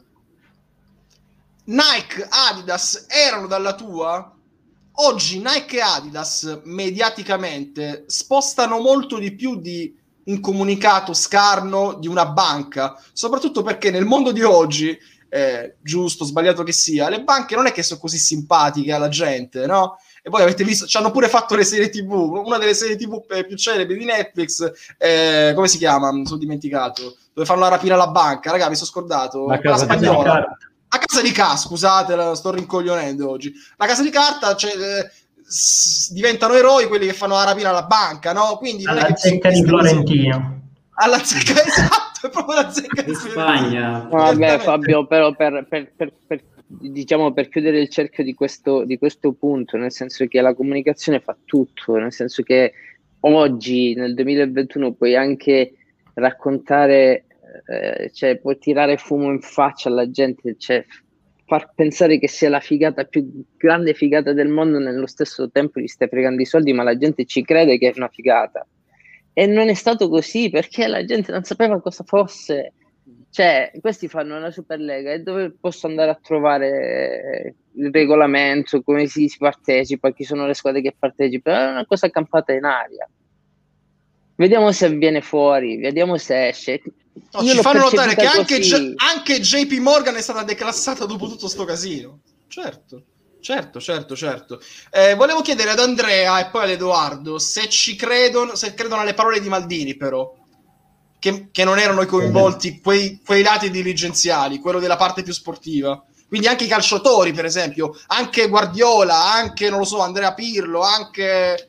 Nike, Adidas erano dalla tua. Oggi Nike e Adidas mediaticamente spostano molto di più di un comunicato scarno di una banca, soprattutto perché nel mondo di oggi, eh, giusto, sbagliato che sia, le banche non è che sono così simpatiche alla gente, no? E voi avete visto, ci hanno pure fatto le serie tivù, una delle serie tivù più celebri di Netflix, eh, come si chiama? Mi sono dimenticato, dove fanno la rapina alla banca, raga, mi sono scordato, La quella Casa di spagnola. Carta. La Casa di Carta, scusate, la sto rincoglionendo oggi. La Casa di Carta, cioè, eh, s- diventano eroi quelli che fanno la rapina alla banca, no? Quindi non è Alla che zecca di queste cose- Florentino. Alla zecca, esatto, è proprio la zecca Di Florentino. Spagna. No, vabbè, Esattamente. Fabio, però per, per- per- per- diciamo, per chiudere il cerchio di questo, di questo punto, nel senso che la comunicazione fa tutto, nel senso che oggi, nel duemilaventuno, puoi anche raccontare, eh, cioè puoi tirare fumo in faccia alla gente, cioè far pensare che sia la figata più grande figata del mondo, nello stesso tempo gli stai fregando i soldi, ma la gente ci crede che è una figata. E non è stato così perché la gente non sapeva cosa fosse. Cioè, questi fanno la Superlega e dove posso andare a trovare il regolamento, come si, si partecipa, chi sono le squadre che partecipano? È una cosa campata in aria. Vediamo se viene fuori, vediamo se esce. No, Io ci l'ho fanno notare che percepita anche, così. J- anche J P Morgan è stata declassata dopo tutto sto casino. Certo, certo, certo, certo. Eh, volevo chiedere ad Andrea e poi ad Edoardo se ci credono, se credono alle parole di Maldini, però. Che, che non erano coinvolti quei, quei lati dirigenziali, quello della parte più sportiva. Quindi anche i calciatori, per esempio, anche Guardiola, anche, non lo so, Andrea Pirlo, anche...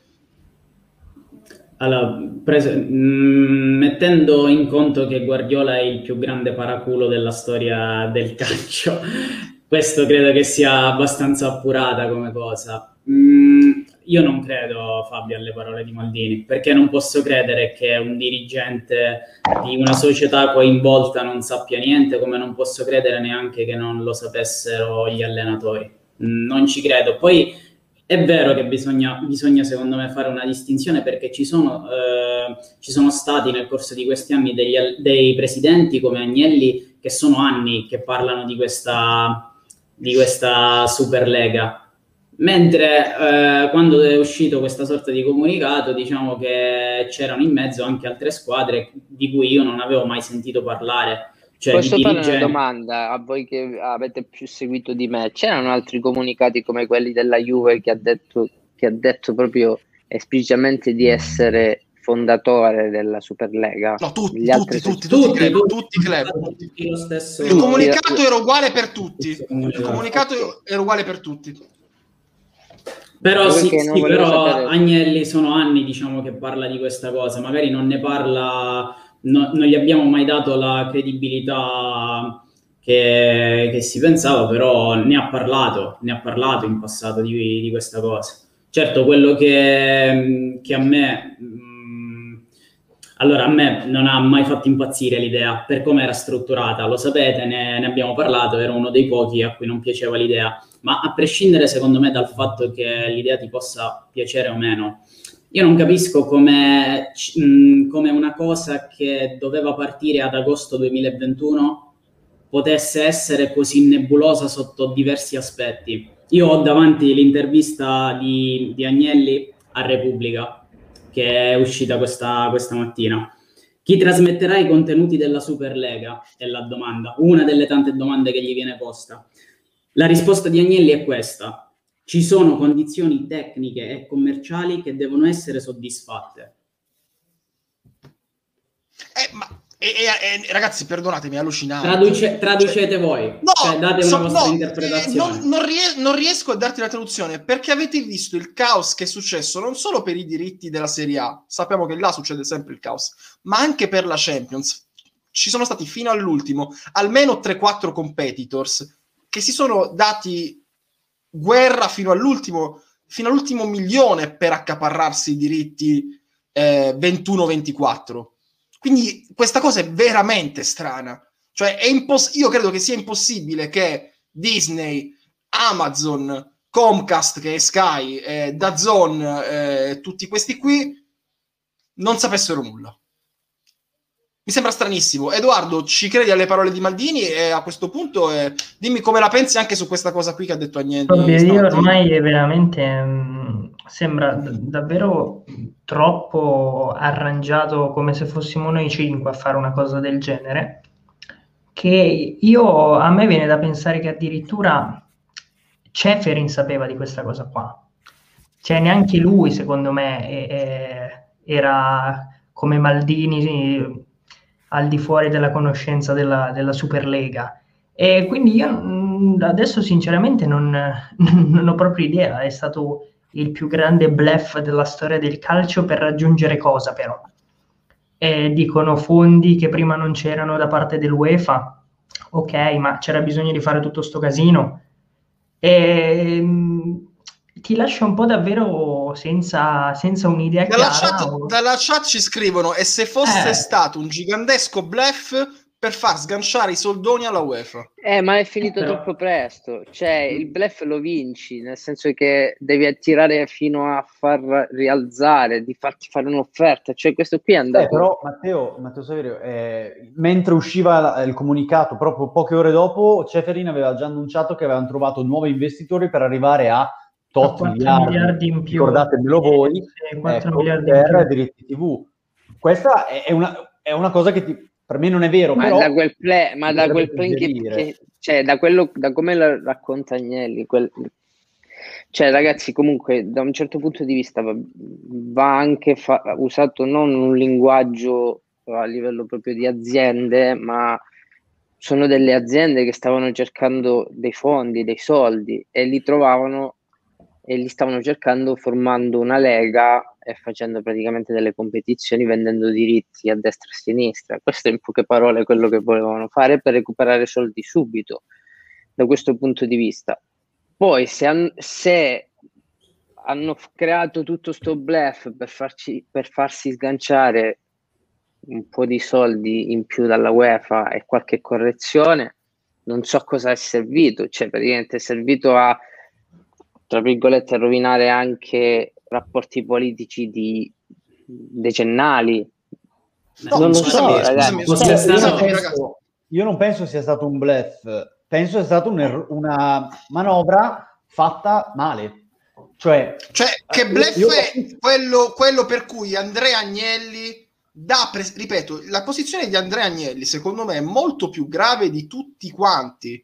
Allora, pres- mh, mettendo in conto che Guardiola è il più grande paraculo della storia del calcio, questo credo che sia abbastanza appurata come cosa. Mm, io non credo, Fabio, alle parole di Maldini, perché non posso credere che un dirigente di una società coinvolta non sappia niente, come non posso credere neanche che non lo sapessero gli allenatori. Mm, non ci credo. Poi è vero che bisogna, bisogna secondo me fare una distinzione, perché ci sono, eh, ci sono stati nel corso di questi anni degli, dei presidenti come Agnelli che sono anni che parlano di questa, di questa Superlega. Mentre eh, quando è uscito questa sorta di comunicato, diciamo che c'erano in mezzo anche altre squadre di cui io non avevo mai sentito parlare. Cioè, Posso di fare dirigenti... una domanda a voi che avete più seguito di me? C'erano altri comunicati come quelli della Juve che ha detto, che ha detto proprio esplicitamente di essere fondatore della Superlega? No, tutti, Gli altri tutti, tutti, soci- tutti, i club, tutti, tutti i club. tutti lo stesso... Il comunicato era uguale per tutti. Stesso Il comunicato. comunicato era uguale per tutti. Però sì, Perché non sì, volevo però sapere. Agnelli sono anni, diciamo, che parla di questa cosa, magari non ne parla, no- non gli abbiamo mai dato la credibilità che, che si pensava, però ne ha parlato, ne ha parlato in passato di, di questa cosa. Certo, quello che, che a me, mh, allora a me non ha mai fatto impazzire l'idea, per come era strutturata, lo sapete, ne, ne abbiamo parlato, ero uno dei pochi a cui non piaceva l'idea. Ma a prescindere, secondo me, dal fatto che l'idea ti possa piacere o meno, io non capisco come, mh, come una cosa che doveva partire ad agosto duemilaventuno potesse essere così nebulosa sotto diversi aspetti. Io ho davanti l'intervista di, di Agnelli a Repubblica, che è uscita questa, questa mattina. Chi trasmetterà i contenuti della Superlega? È la domanda, una delle tante domande che gli viene posta. La risposta di Agnelli è questa: ci sono condizioni tecniche e commerciali che devono essere soddisfatte. Eh, ma e, e, e, ragazzi, perdonatemi, è allucinante. Traduce, traducete cioè, voi, no, cioè, date so, una vostra no, interpretazione. Eh, non, non, ries- non riesco a darti una traduzione perché avete visto il caos che è successo non solo per i diritti della Serie A, sappiamo che là succede sempre il caos, ma anche per la Champions. Ci sono stati fino all'ultimo almeno tre quattro competitors che si sono dati guerra fino all'ultimo, fino all'ultimo milione per accaparrarsi i diritti eh, ventuno ventiquattro. Quindi questa cosa è veramente strana. Cioè, è impos- io credo che sia impossibile che Disney, Amazon, Comcast, che è Sky, eh, DAZN, eh, tutti questi qui non sapessero nulla. Mi sembra stranissimo. Edoardo, ci credi alle parole di Maldini? E a questo punto eh, dimmi come la pensi anche su questa cosa qui che ha detto Agnelli. Oddio, io ormai è veramente mh, sembra d- davvero troppo arrangiato, come se fossimo noi cinque a fare una cosa del genere, che io a me viene da pensare che addirittura Ceferin sapeva di questa cosa qua. Cioè neanche lui, secondo me, è- è- era come Maldini al di fuori della conoscenza della, della Superlega. E quindi io mh, adesso sinceramente non, non ho proprio idea, è stato il più grande bluff della storia del calcio per raggiungere cosa però? E dicono fondi che prima non c'erano da parte dell'UEFA, ok, ma c'era bisogno di fare tutto sto casino. E, mh, ti lascia un po' davvero senza, senza un'idea Dalla chiara. chat, o- dalla chat ci scrivono: e se fosse Eh. stato un gigantesco bluff per far sganciare i soldoni alla UEFA? Eh, ma è finito Però- troppo presto. Cioè, il bluff lo vinci, nel senso che devi attirare fino a far rialzare, di farti fare un'offerta. Cioè, questo qui è andato... Eh, però Matteo, Matteo Saverio, eh, mentre usciva la- il comunicato, proprio poche ore dopo, Ceferin aveva già annunciato che avevano trovato nuovi investitori per arrivare a tot quattro miliardi, miliardi in più. ricordatevelo voi, Sì, quattro ecco, miliardi in per più. diritti tivù. Questa è, è una, è una cosa che ti- per me non è vero, Ma però da quel play, ma da quel potrebbe play che, suggerire. che- cioè, da quello, da come lo racconta Agnelli, quel, cioè, ragazzi, comunque, da un certo punto di vista va, va anche fa- usato non un linguaggio a livello proprio di aziende, ma sono delle aziende che stavano cercando dei fondi, dei soldi e li trovavano e li stavano cercando formando una lega e facendo praticamente delle competizioni, vendendo diritti a destra e a sinistra. Questo è in poche parole quello che volevano fare per recuperare soldi subito, da questo punto di vista. Poi se, han- se hanno f- creato tutto sto bluff per, farci, per farsi sganciare un po' di soldi in più dalla UEFA e qualche correzione, non so cosa è servito, cioè praticamente è servito a, tra virgolette, a rovinare anche rapporti politici di decennali. No, non lo scusami, so, scusami, ragazzi. scusami, Cioè, scusami, io non ragazzi. penso, io non penso sia stato un bluff, penso sia stata un erro- una manovra fatta male. Cioè, cioè che bluff io, io... è quello, quello per cui Andrea Agnelli dà, pre- ripeto, la posizione di Andrea Agnelli secondo me è molto più grave di tutti quanti,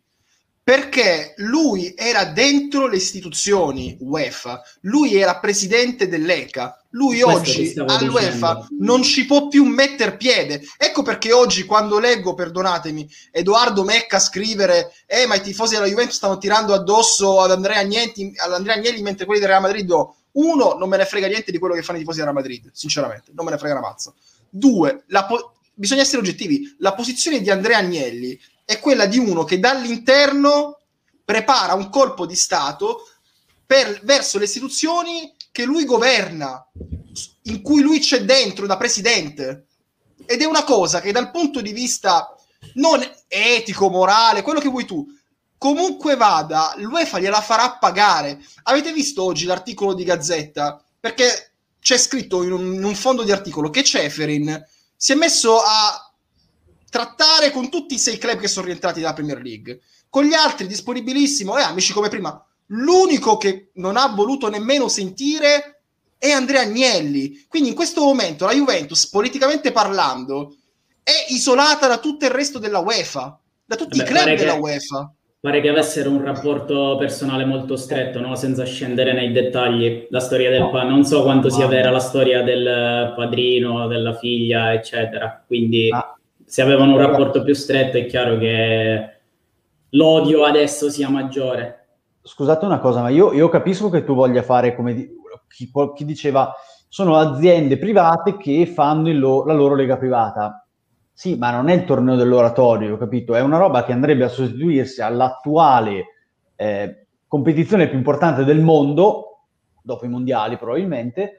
perché lui era dentro le istituzioni UEFA, lui era presidente dell'E C A, lui Questo oggi all'UEFA non ci può più metter piede. Ecco perché oggi quando leggo, perdonatemi, Edoardo Mecca scrivere eh ma i tifosi della Juventus stanno tirando addosso ad Andrea Agnelli, ad Andrea Agnelli mentre quelli del Real Madrid, oh, uno, non me ne frega niente di quello che fanno i tifosi del Real Madrid, sinceramente, non me ne frega una mazza. Due, la po- bisogna essere oggettivi, la posizione di Andrea Agnelli è quella di uno che dall'interno prepara un colpo di Stato per, verso le istituzioni che lui governa, in cui lui c'è dentro da presidente. Ed è una cosa che dal punto di vista non etico, morale, quello che vuoi tu, comunque vada, l'UEFA gliela farà pagare. Avete visto oggi l'articolo di Gazzetta? Perché c'è scritto in un, in un fondo di articolo che Ceferin si è messo a trattare con tutti i sei club che sono rientrati dalla Premier League, con gli altri disponibilissimo e amici come prima. L'unico che non ha voluto nemmeno sentire è Andrea Agnelli. Quindi in questo momento la Juventus, politicamente parlando, è isolata da tutto il resto della UEFA, da tutti Beh, i club della che, UEFA. Pare che avessero un rapporto personale molto stretto, no? Senza scendere nei dettagli. La storia del no. pa- non so quanto sia vera la storia del padrino, della figlia, eccetera. Quindi ah. se avevano un rapporto più stretto è chiaro che l'odio adesso sia maggiore. Scusate una cosa, ma io, io capisco che tu voglia fare come di, chi, chi diceva, sono aziende private che fanno il lo, la loro lega privata. Sì, ma non è il torneo dell'oratorio, capito? È una roba che andrebbe a sostituirsi all'attuale eh, competizione più importante del mondo, dopo i mondiali probabilmente,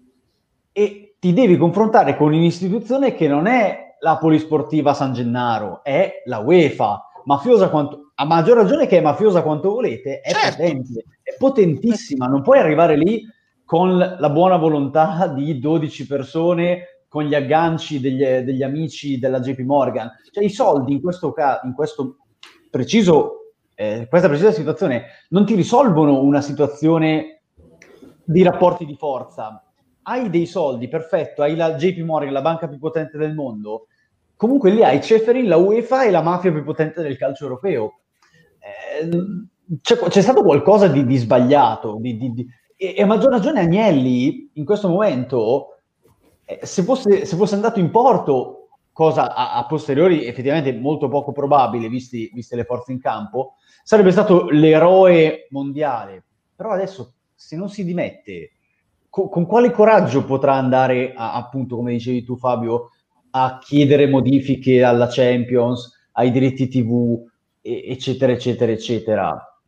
e ti devi confrontare con un'istituzione che non è la Polisportiva San Gennaro, è la UEFA, mafiosa quanto, a maggior ragione che è mafiosa quanto volete, è certo. potente, è potentissima, non puoi arrivare lì con la buona volontà di dodici persone, con gli agganci degli, degli amici della J P Morgan. Cioè i soldi in questo caso, in questo preciso, eh, questa precisa situazione, non ti risolvono una situazione di rapporti di forza. Hai dei soldi, perfetto, hai la J P Morgan, la banca più potente del mondo, comunque lì hai Ceferin, la UEFA e la mafia più potente del calcio europeo. Eh, c'è, c'è stato qualcosa di, di sbagliato, di, di, di, e, e a maggior ragione Agnelli, in questo momento, eh, se, fosse, se fosse andato in porto, cosa a, a posteriori effettivamente molto poco probabile, visti, viste le forze in campo, sarebbe stato l'eroe mondiale. Però adesso, se non si dimette, co- con quale coraggio potrà andare, a, appunto, come dicevi tu Fabio, a chiedere modifiche alla Champions, ai diritti tivù, eccetera, eccetera, eccetera.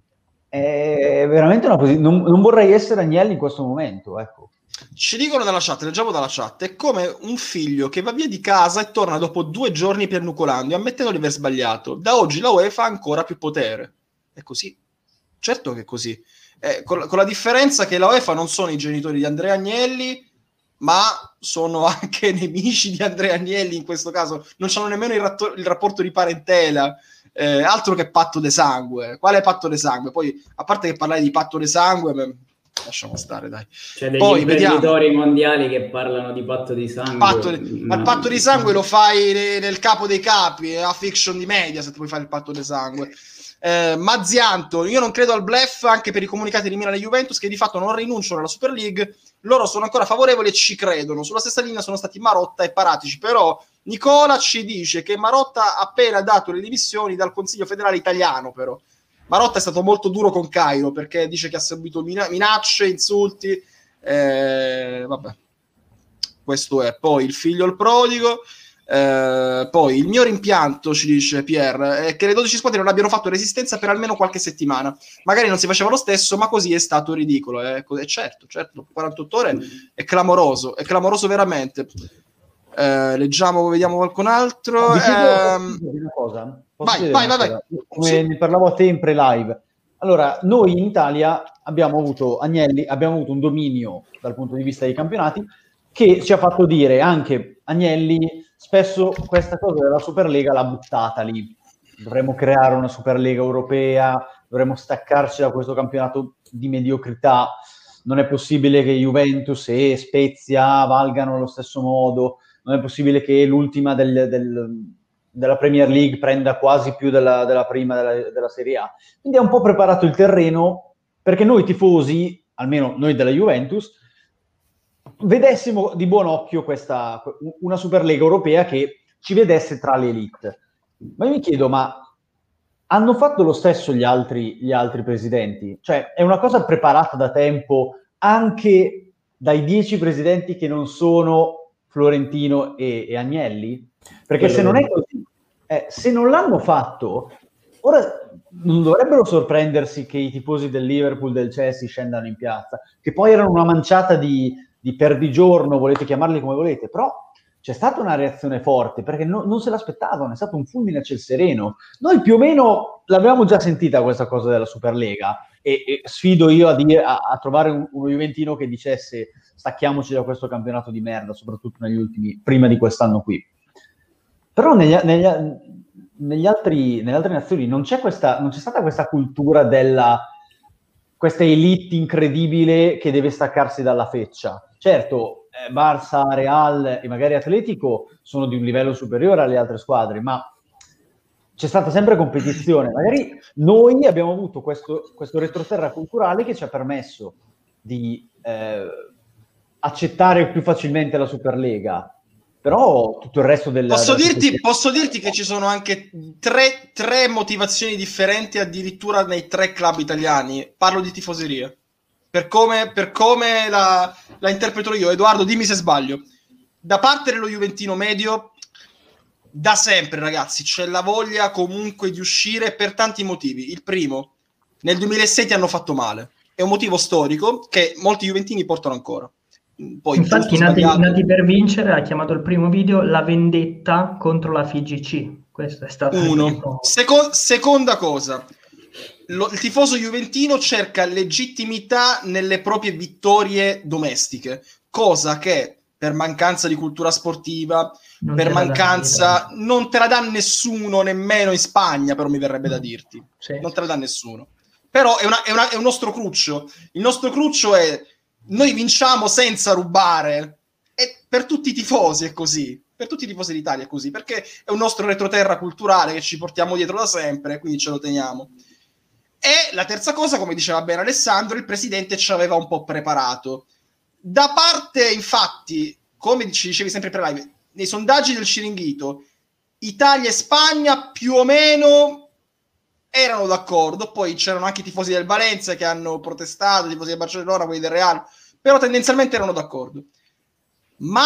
È veramente una posizione. Non, non vorrei essere Agnelli in questo momento, ecco. Ci dicono dalla chat, leggiamo dalla chat, è come un figlio che va via di casa e torna dopo due giorni piagnucolando e ammettendo di aver sbagliato. Da oggi la UEFA ha ancora più potere. È così. Certo che è così. Eh, con, con la differenza che la UEFA non sono i genitori di Andrea Agnelli, ma sono anche nemici di Andrea Agnelli in questo caso. Non hanno nemmeno il, ratto- il rapporto di parentela. Eh, altro che patto de sangue. Quale patto de sangue? Poi, a parte che parlare di patto de sangue... Beh, lasciamo stare, dai. C'è degli Poi imprenditori vediamo. mondiali che parlano di patto di sangue. Patto di, ma il patto di sangue lo fai nel capo dei capi, a fiction di media, se puoi fare il patto di sangue. Eh, Mazzianto, io non credo al bluff anche per i comunicati di Milan e Juventus che di fatto non rinunciano alla Super League, loro sono ancora favorevoli e ci credono. Sulla stessa linea sono stati Marotta e Paratici, però Nicola ci dice che Marotta ha appena dato le dimissioni dal Consiglio federale italiano, però Marotta è stato molto duro con Cairo perché dice che ha subito mina- minacce, insulti, eh, vabbè, questo è. Poi il figlio il prodigo, eh, poi il mio rimpianto, ci dice Pierre, è che le dodici squadre non abbiano fatto resistenza per almeno qualche settimana, magari non si faceva lo stesso, ma così è stato ridicolo, eh. E certo, certo, quarantotto ore è clamoroso, è clamoroso veramente. Eh, leggiamo, vediamo qualcun altro. Dicevo, eh, posso dire una cosa? Vai, vai, vai, vai. Come sì. ne parlavo a te in pre-live. Allora, noi in Italia abbiamo avuto Agnelli, abbiamo avuto un dominio dal punto di vista dei campionati che ci ha fatto dire anche Agnelli, spesso questa cosa della Superlega l'ha buttata lì. Dovremmo creare una Superlega europea, dovremmo staccarci da questo campionato di mediocrità. Non è possibile che Juventus e Spezia valgano allo stesso modo, non è possibile che l'ultima del, del, della Premier League prenda quasi più della, della prima della, della Serie A. Quindi ha un po' preparato il terreno perché noi tifosi, almeno noi della Juventus, vedessimo di buon occhio questa, una Superlega europea che ci vedesse tra le elite. Ma io mi chiedo, ma hanno fatto lo stesso gli altri, gli altri presidenti? Cioè, è una cosa preparata da tempo anche dai dieci presidenti che non sono Florentino e, e Agnelli? Perché Quello se non è così, eh, se non l'hanno fatto, ora non dovrebbero sorprendersi che i tifosi del Liverpool, del Chelsea scendano in piazza, che poi erano una manciata di, di perdigiorno, volete chiamarli come volete, però c'è stata una reazione forte, perché no, non se l'aspettavano, è stato un fulmine a ciel sereno. Noi più o meno l'avevamo già sentita questa cosa della Superlega, e, e sfido io a, dire, a, a trovare un, uno juventino che dicesse stacchiamoci da questo campionato di merda, soprattutto negli ultimi, prima di quest'anno qui. Però negli, negli, negli altri, nelle altre nazioni non c'è, questa, non c'è stata questa cultura della questa elite incredibile che deve staccarsi dalla feccia. Certo, Barça, Real e magari Atletico sono di un livello superiore alle altre squadre, ma c'è stata sempre competizione. Magari noi abbiamo avuto questo, questo retroterra culturale che ci ha permesso di eh, accettare più facilmente la Superlega, però tutto il resto del... Posso dirti, posso dirti che ci sono anche tre, tre motivazioni differenti addirittura nei tre club italiani. Parlo di tifoseria. Per come, per come la, la interpreto io, Edoardo, dimmi se sbaglio. Da parte dello juventino medio, da sempre, ragazzi, c'è la voglia comunque di uscire per tanti motivi. Il primo, nel duemilasei ti hanno fatto male. È un motivo storico che molti juventini portano ancora. Poi, infatti, nati, nati per vincere ha chiamato il primo video la vendetta contro la F I G C. Questo è stato uno. Seco- seconda cosa. Lo, il tifoso juventino cerca legittimità nelle proprie vittorie domestiche, cosa che per mancanza di cultura sportiva, non per mancanza non te la dà nessuno, nemmeno in Spagna, però mi verrebbe da dirti, sì. Non te la dà nessuno. Però è, una, è, una, è un nostro cruccio. Il nostro cruccio è noi vinciamo senza rubare, e per tutti i tifosi è così, per tutti i tifosi d'Italia è così, perché è un nostro retroterra culturale che ci portiamo dietro da sempre, quindi ce lo teniamo. E la terza cosa, come diceva bene Alessandro, il presidente ci aveva un po' preparato. Da parte, infatti, come ci dicevi sempre per live, nei sondaggi del Ciringhito, Italia e Spagna più o meno erano d'accordo, poi c'erano anche i tifosi del Valencia che hanno protestato, i tifosi del Barcellona, quelli del Real, però tendenzialmente erano d'accordo. Ma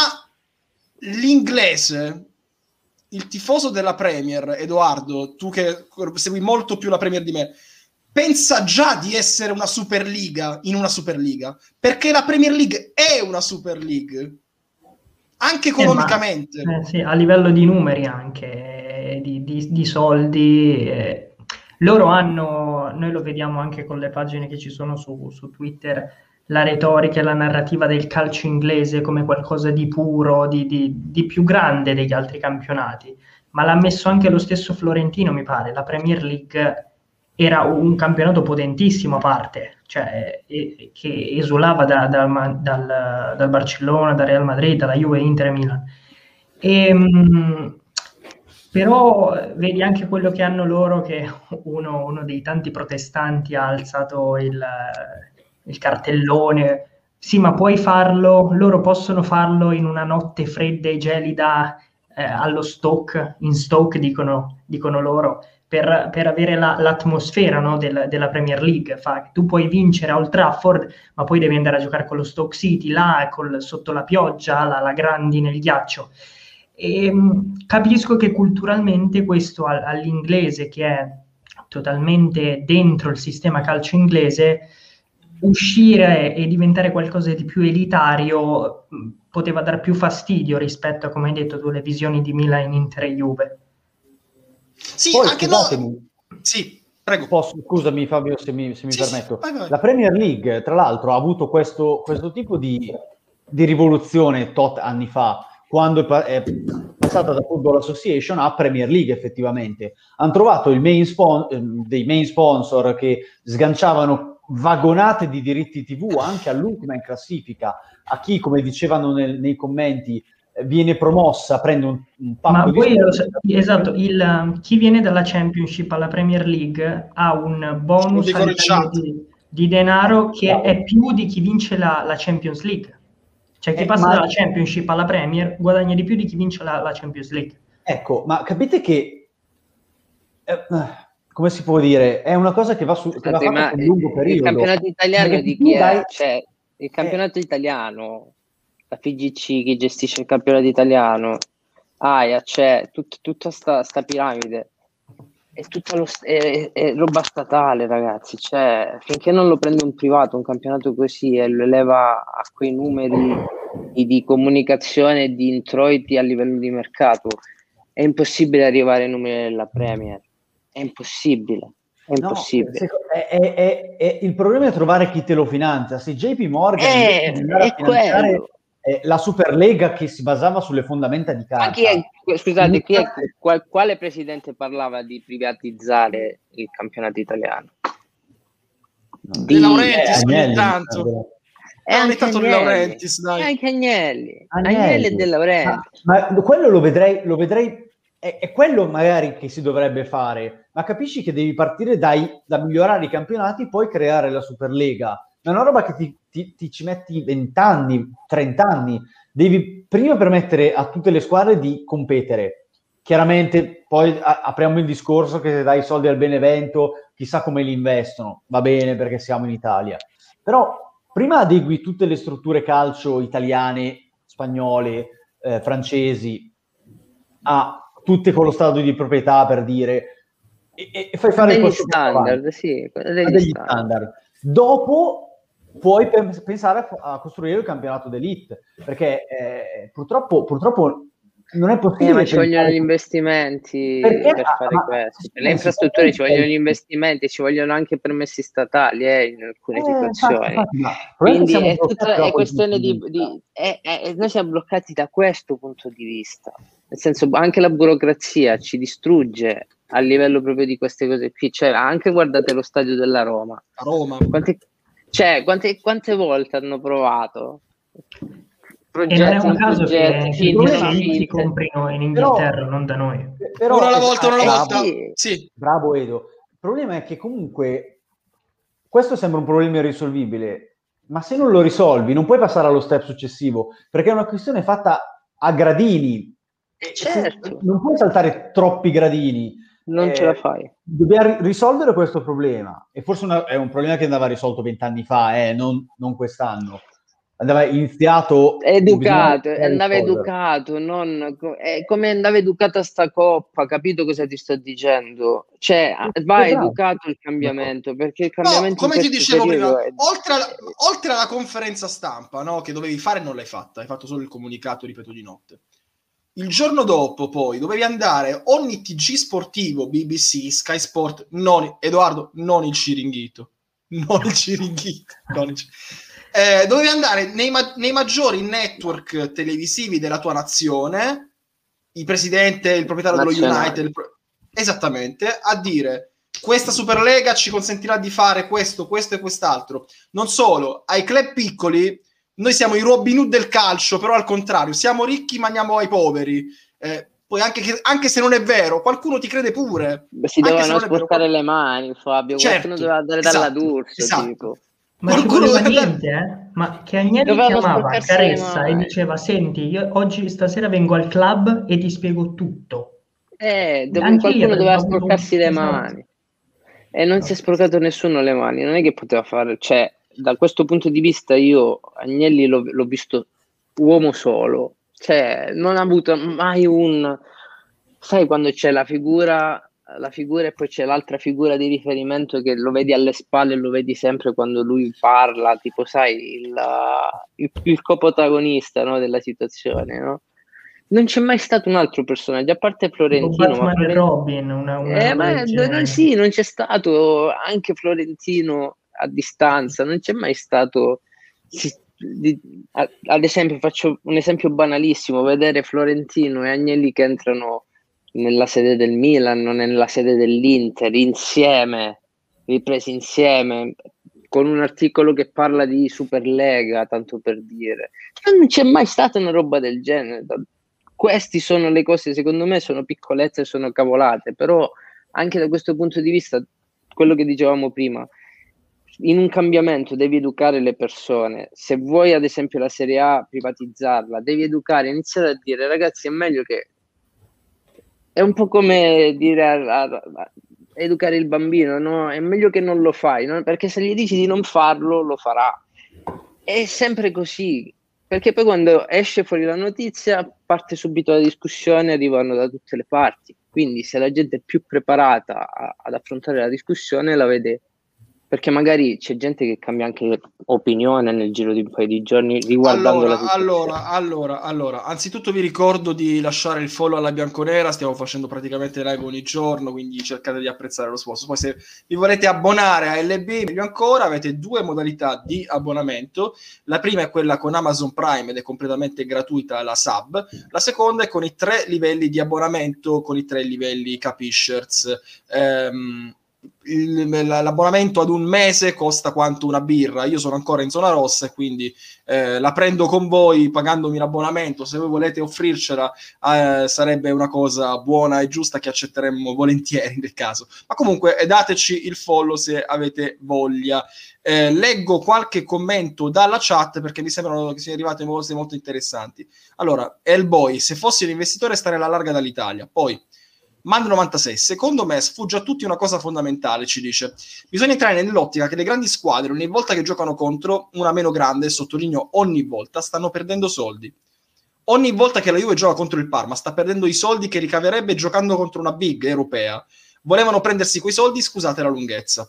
l'inglese, il tifoso della Premier, Edoardo, tu che segui molto più la Premier di me, pensa già di essere una Superliga in una Superliga, perché la Premier League è una Super League, anche economicamente. Eh, ma, eh, sì, a livello di numeri anche, di, di, di soldi. Eh, loro hanno, noi lo vediamo anche con le pagine che ci sono su, su Twitter, la retorica e la narrativa del calcio inglese come qualcosa di puro, di, di, di più grande degli altri campionati. Ma l'ha messo anche lo stesso Florentino, mi pare, la Premier League era un campionato potentissimo a parte, cioè eh, che esulava da, da, dal, dal Barcellona, dal Real Madrid, dalla Juve, Inter e Milan. E, mh, però vedi anche quello che hanno loro, che uno, uno dei tanti protestanti ha alzato il, il cartellone. Sì, ma puoi farlo, loro possono farlo in una notte fredda e gelida eh, allo Stoke, in Stoke dicono, dicono loro, Per, per avere la, l'atmosfera, no, del, della Premier League. Fa, tu puoi vincere a Old Trafford, ma poi devi andare a giocare con lo Stoke City, là, col, sotto la pioggia, la, la grandine, il ghiaccio. E, mh, capisco che culturalmente questo all, all'inglese, che è totalmente dentro il sistema calcio inglese, uscire e, e diventare qualcosa di più elitario mh, poteva dar più fastidio rispetto a, come hai detto tu, le visioni di Milan, Inter e Juve. Sì, Poi, anche no. Sì, prego. Posso, scusami Fabio, se mi, se mi sì, permetto. Sì, vai, vai. La Premier League, tra l'altro, ha avuto questo, questo tipo di, di rivoluzione tot anni fa, quando è passata da Football Association a Premier League, effettivamente. Hanno trovato il main spon- dei main sponsor che sganciavano vagonate di diritti tivù anche all'ultima in classifica, a chi, come dicevano nel, nei commenti, viene promossa, prende un, un pacco Ma di voi lo soldi. sa- esatto, il, chi viene dalla Championship alla Premier League ha un bonus Lo a dico in livello chat. di, di denaro che Bravo. è più di chi vince la, la Champions League. Cioè chi Eh, passa ma- dalla Championship alla Premier guadagna di più di chi vince la, la Champions League. Ecco, ma capite che, eh, come si può dire, è una cosa che va, su, che va Scusate, fatta ma su un lungo il periodo. campionato italiano Perché di tu chi è? dai- Cioè, il campionato italiano, la F I G C, chi gestisce il campionato italiano, Aia, c'è tut- tutta sta, sta piramide, è tutta lo, è, è roba statale, ragazzi. Cioè, finché non lo prende un privato, un campionato così, e lo eleva a quei numeri di, di comunicazione e di introiti a livello di mercato, è impossibile arrivare ai numeri della Premier. È impossibile, è No, impossibile. se- è, è- è- è- il problema è trovare chi te lo finanzia. Se J P Morgan Eh, invece di andare a è finanziare quello. eh, la Superlega che si basava sulle fondamenta di Ma chi è, carta, scusate, chi è, iniziasse- qual- quale presidente parlava di privatizzare il campionato italiano? no, De Di- Laurentiis eh, ogni Agnelli, tanto. E Eh, ogni anche tanto De Agnelli, Laurentiis, dai. e anche Agnelli, Agnelli. Agnelli e De Laurentiis. Ma, ma quello lo vedrei, lo vedrei è, è quello magari che si dovrebbe fare, ma capisci che devi partire dai, da migliorare i campionati, poi creare la Superlega. È una roba che ti, ti, ti ci metti venti anni, trenta anni. Devi prima permettere a tutte le squadre di competere. Chiaramente poi a, apriamo il discorso che se dai i soldi al Benevento, chissà come li investono. Va bene perché siamo in Italia. Però prima adegui tutte le strutture calcio italiane, spagnole, eh, francesi, a tutte con lo stato di proprietà, per dire, e, e fai fare Degli questo standard, sì, a degli degli standard. standard. Dopo puoi pe- pensare a, a costruire il campionato d'elite, perché eh, purtroppo, purtroppo non è possibile. Eh, ma ci vogliono pensare- gli investimenti Perché? per Ah, fare ma- questo. Per sì, le infrastrutture ci vogliono gli sì. investimenti, ci vogliono anche permessi statali eh, in alcune Eh, situazioni. infatti, infatti, ma il problema è che Quindi siamo è bloccati tutta da è quel questione punto di, di vista. di è- è- noi siamo bloccati da questo punto di vista. Nel senso, anche la burocrazia ci distrugge a livello proprio di queste cose qui. Cioè, anche guardate lo stadio della Roma. A Roma. Quante, cioè, quante, quante volte hanno provato? E non è un caso che, progetti, che finte, questi non si finte. comprino in Inghilterra, non da noi. Però, Una alla volta, una alla eh, volta. sì. Sì. Bravo Edo. Il problema è che comunque questo sembra un problema irrisolvibile, ma se non lo risolvi non puoi passare allo step successivo, perché è una questione fatta a gradini. E Certo. se- non puoi saltare troppi gradini. Non Eh, ce la fai. Dobbiamo ri- risolvere questo problema. E forse una- è un problema che andava risolto vent'anni fa, eh, non, non quest'anno. Andava iniziato... Educato, bisogna andava risolvere. educato, non, è come andava educata sta coppa, capito cosa ti sto dicendo? Cioè, va Esatto. educato il cambiamento, perché il No, cambiamento in come ti questo dicevo prima, periodo è- oltre, alla, oltre alla conferenza stampa, no, che dovevi fare, non l'hai fatta, hai fatto solo il comunicato, ripeto, di notte. Il giorno dopo, poi, dovevi andare ogni T G sportivo, B B C, Sky Sport, non, Edoardo, non il Ciringhito, non il Ciringhito, non il Ciringhito. Eh, dovevi andare nei, ma- nei maggiori network televisivi della tua nazione, il presidente, il proprietario dello Nazionale. United, il pro- esattamente, a dire questa Superlega ci consentirà di fare questo, questo e quest'altro. Non solo, ai club piccoli noi siamo i Robin Hood del calcio, però al contrario, siamo ricchi, mangiamo ai poveri. Eh, poi anche, che, anche se non è vero, qualcuno ti crede pure. Beh, si Anche se dovevano non è vero, sporcare qual- le mani, Fabio, Certo, qualcuno doveva andare dalla esatto, D'Urso, esatto. tipo. Ma ci Qualcuno voleva deve andare- niente, eh? Ma che Agnelli Dovevano chiamava sporcarsi le Caressa e mani. diceva: senti, io oggi stasera vengo al club e ti spiego tutto. Eh, dove- Anche lì qualcuno avrebbe doveva avuto un- sporcarsi le esatto. mani e non si è sporcato nessuno le mani, non è che poteva fare, cioè da questo punto di vista io Agnelli l'ho, l'ho visto uomo solo, cioè non ha avuto mai un, sai quando c'è la figura, la figura e poi c'è l'altra figura di riferimento che lo vedi alle spalle e lo vedi sempre quando lui parla, tipo sai il, il, il coprotagonista, no, della situazione, no? Non c'è mai stato un altro personaggio, a parte Tipo Florentino. Batman ma e Floren- Robin, una, una Eh, roba ma del genere. non- sì, non c'è stato anche Florentino a distanza, non c'è mai stato. si- di- a- ad esempio, faccio un esempio banalissimo: vedere Florentino e Agnelli che entrano nella sede del Milan, nella sede dell'Inter, insieme, ripresi insieme. con un articolo che parla di Superlega, tanto per dire. Non c'è mai stata una roba del genere. Queste sono le cose, secondo me, sono piccolezze, sono cavolate, però anche da questo punto di vista, quello che dicevamo prima, in un cambiamento devi educare le persone. Se vuoi ad esempio la Serie A privatizzarla, devi educare, iniziare a dire ragazzi è meglio che... È un po' come dire a, a, a educare il bambino, no? È meglio che non lo fai, no? Perché se gli dici di non farlo, lo farà. È sempre così, perché poi quando esce fuori la notizia parte subito la discussione, arrivano da tutte le parti. Quindi se la gente è più preparata a, ad affrontare la discussione, la vede. Perché magari c'è gente che cambia anche opinione nel giro di un paio di giorni riguardando allora, la situazione. Allora, allora, allora, anzitutto vi ricordo di lasciare il follow alla Bianconera, stiamo facendo praticamente live ogni giorno, quindi cercate di apprezzare lo sforzo. Poi se vi volete abbonare a L B, meglio ancora, avete due modalità di abbonamento. La prima è quella con Amazon Prime ed è completamente gratuita la sub. La seconda è con i tre livelli di abbonamento, con i tre livelli Capishers. Ehm, Il, l'abbonamento ad un mese costa quanto una birra. Io sono ancora in zona rossa e quindi eh, la prendo con voi pagandomi l'abbonamento. Se voi volete offrircela eh, sarebbe una cosa buona e giusta che accetteremmo volentieri nel caso, ma comunque eh, dateci il follow se avete voglia. Eh, leggo qualche commento dalla chat perché mi sembrano che siano arrivate cose molto interessanti. Allora, Hellboy, se fossi un investitore starei alla larga dall'Italia. Poi Mando novantasei, secondo me sfugge a tutti una cosa fondamentale, ci dice. Bisogna entrare nell'ottica che le grandi squadre, ogni volta che giocano contro una meno grande, sottolineo ogni volta, stanno perdendo soldi. Ogni volta che la Juve gioca contro il Parma sta perdendo i soldi che ricaverebbe giocando contro una big europea. Volevano prendersi quei soldi, scusate la lunghezza.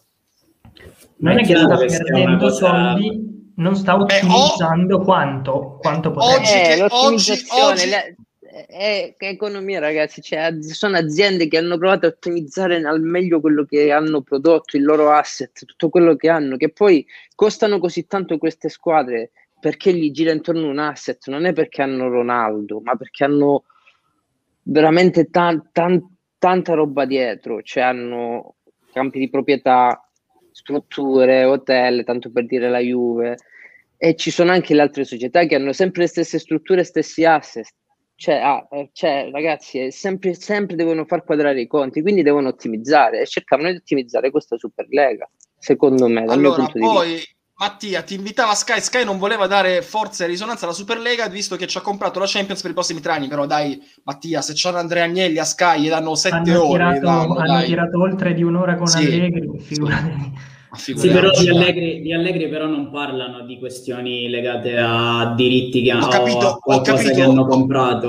Non è che sta che sia una perdendo cosa- soldi, non sta ottimizzando quanto, quanto potrebbe. oggi Eh, che- l'ottimizzazione, oggi- le- è, che economia, ragazzi, cioè, az- sono aziende che hanno provato a ottimizzare al meglio quello che hanno prodotto, il loro asset, tutto quello che hanno, che poi costano così tanto queste squadre perché gli gira intorno un asset, non è perché hanno Ronaldo, ma perché hanno veramente tan- tan- tanta roba dietro, cioè hanno campi di proprietà, strutture, hotel, tanto per dire la Juve, e ci sono anche le altre società che hanno sempre le stesse strutture, stessi asset. Cioè, ah, eh, cioè, ragazzi, è sempre, sempre devono far quadrare i conti, quindi devono ottimizzare e cercavano di ottimizzare questa Superlega, secondo me, dal mio Allora, punto di vista. poi Mattia ti invitava Sky, Sky non voleva dare forza e risonanza alla Superlega visto che ci ha comprato la Champions per i prossimi tre anni, però dai Mattia, se c'hanno Andrea Agnelli a Sky gli danno sette Hanno, ore, tirato, gli danno, hanno dai. tirato oltre di un'ora con Sì, Allegri, sì. figurati. Ma Sì, però figuriamoci, gli dai. Allegri, gli Allegri però non parlano di questioni legate a diritti che, Ho o capito, a ho qualcosa capito. che hanno comprato.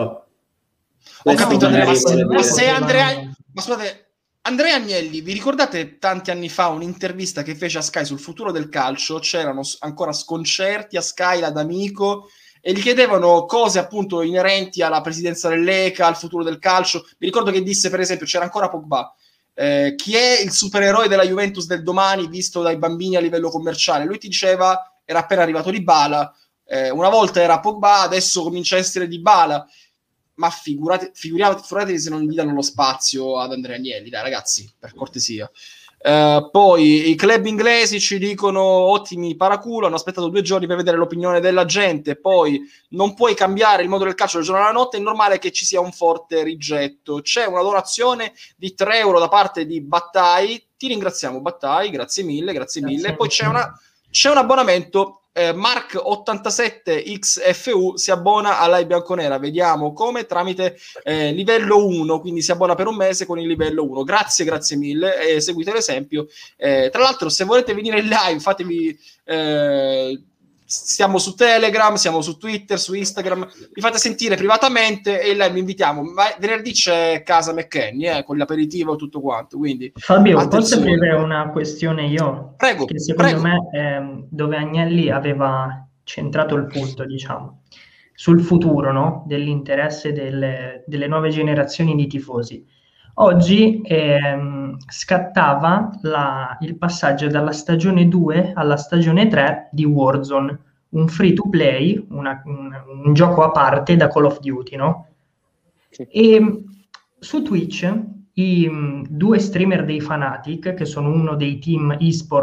Ho Questo capito Andrea, ma magari se, vuole ma dire. se Andrea, potevano- ma scusate, Andrea Agnelli, vi ricordate tanti anni fa un'intervista che fece a Sky sul futuro del calcio? C'erano s- ancora sconcerti a Sky, la D'Amico, e gli chiedevano cose appunto inerenti alla presidenza dell'E C A, al futuro del calcio. Mi ricordo che disse, per esempio, c'era ancora Pogba. Eh, chi è il supereroe della Juventus del domani visto dai bambini a livello commerciale? Lui ti diceva, era appena arrivato Dybala, eh, una volta era Pogba, adesso comincia a essere Dybala. Ma figurate, figuriamo, figuratevi se non gli danno lo spazio ad Andrea Agnelli, dai ragazzi, per cortesia. Eh, poi i club inglesi ci dicono ottimi paraculo, hanno aspettato due giorni per vedere l'opinione della gente, poi non puoi cambiare il modo del calcio dal giorno alla notte, è normale che ci sia un forte rigetto. C'è una donazione di tre euro da parte di Battai, ti ringraziamo Battai, grazie mille, grazie, Grazie mille. Poi c'è, mille. una, c'è un abbonamento, eh, Mark ottantasette X F U si abbona alla Bianconera, vediamo come, tramite eh, livello uno, quindi si abbona per un mese con il livello uno. Grazie, grazie mille, e seguite l'esempio. Eh, tra l'altro, se volete venire in live, fatevi... Eh, siamo su Telegram, siamo su Twitter, su Instagram, vi fate sentire privatamente e là vi invitiamo. Ma venerdì c'è Casa McKenny, eh, con l'aperitivo e tutto quanto, quindi Fabio, posso attenzione. aprire una questione io? Prego, Che secondo prego. me è dove Agnelli aveva centrato il punto, diciamo, sul futuro, no? Dell'interesse delle, delle nuove generazioni di tifosi. Oggi ehm, scattava la- il passaggio dalla stagione due alla stagione tre di Warzone, un free to play, una- un, un gioco a parte da Call of Duty, no? Sì. E mh, su Twitch i mh, due streamer dei Fnatic, che sono uno dei team esports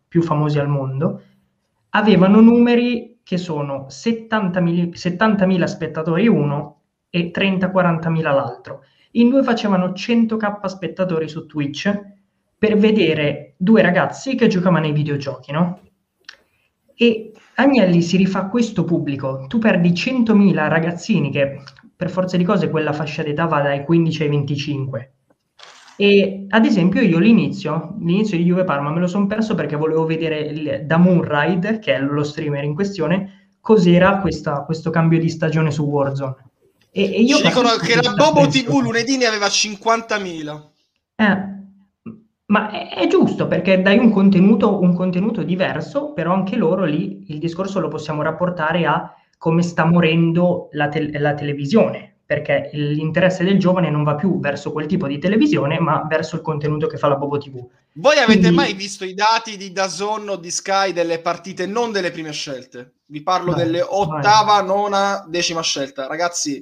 più famosi al mondo, avevano numeri che sono settantamila spettatori uno e trenta quarantamila l'altro. In due facevano cento k spettatori su Twitch per vedere due ragazzi che giocavano ai videogiochi, no? E Agnelli si rifà questo pubblico. Tu perdi centomila ragazzini che per forza di cose quella fascia d'età va dai quindici ai venticinque. E ad esempio io l'inizio, l'inizio di Juve Parma me lo sono perso perché volevo vedere il, da Moonride, che è lo streamer in questione, cos'era questa, questo cambio di stagione su Warzone. E, e io ci dicono che la Bobo T V lunedì ne aveva cinquantamila. Eh, ma è, è giusto, perché dai un contenuto, un contenuto diverso, però anche loro lì il discorso lo possiamo rapportare a come sta morendo la, te- la televisione, perché l'interesse del giovane non va più verso quel tipo di televisione, ma verso il contenuto che fa la Bobo T V. Voi avete Quindi... mai visto i dati di DAZN o di Sky delle partite non delle prime scelte? Vi parlo vai, delle ottava, vai. nona, decima scelta. Ragazzi,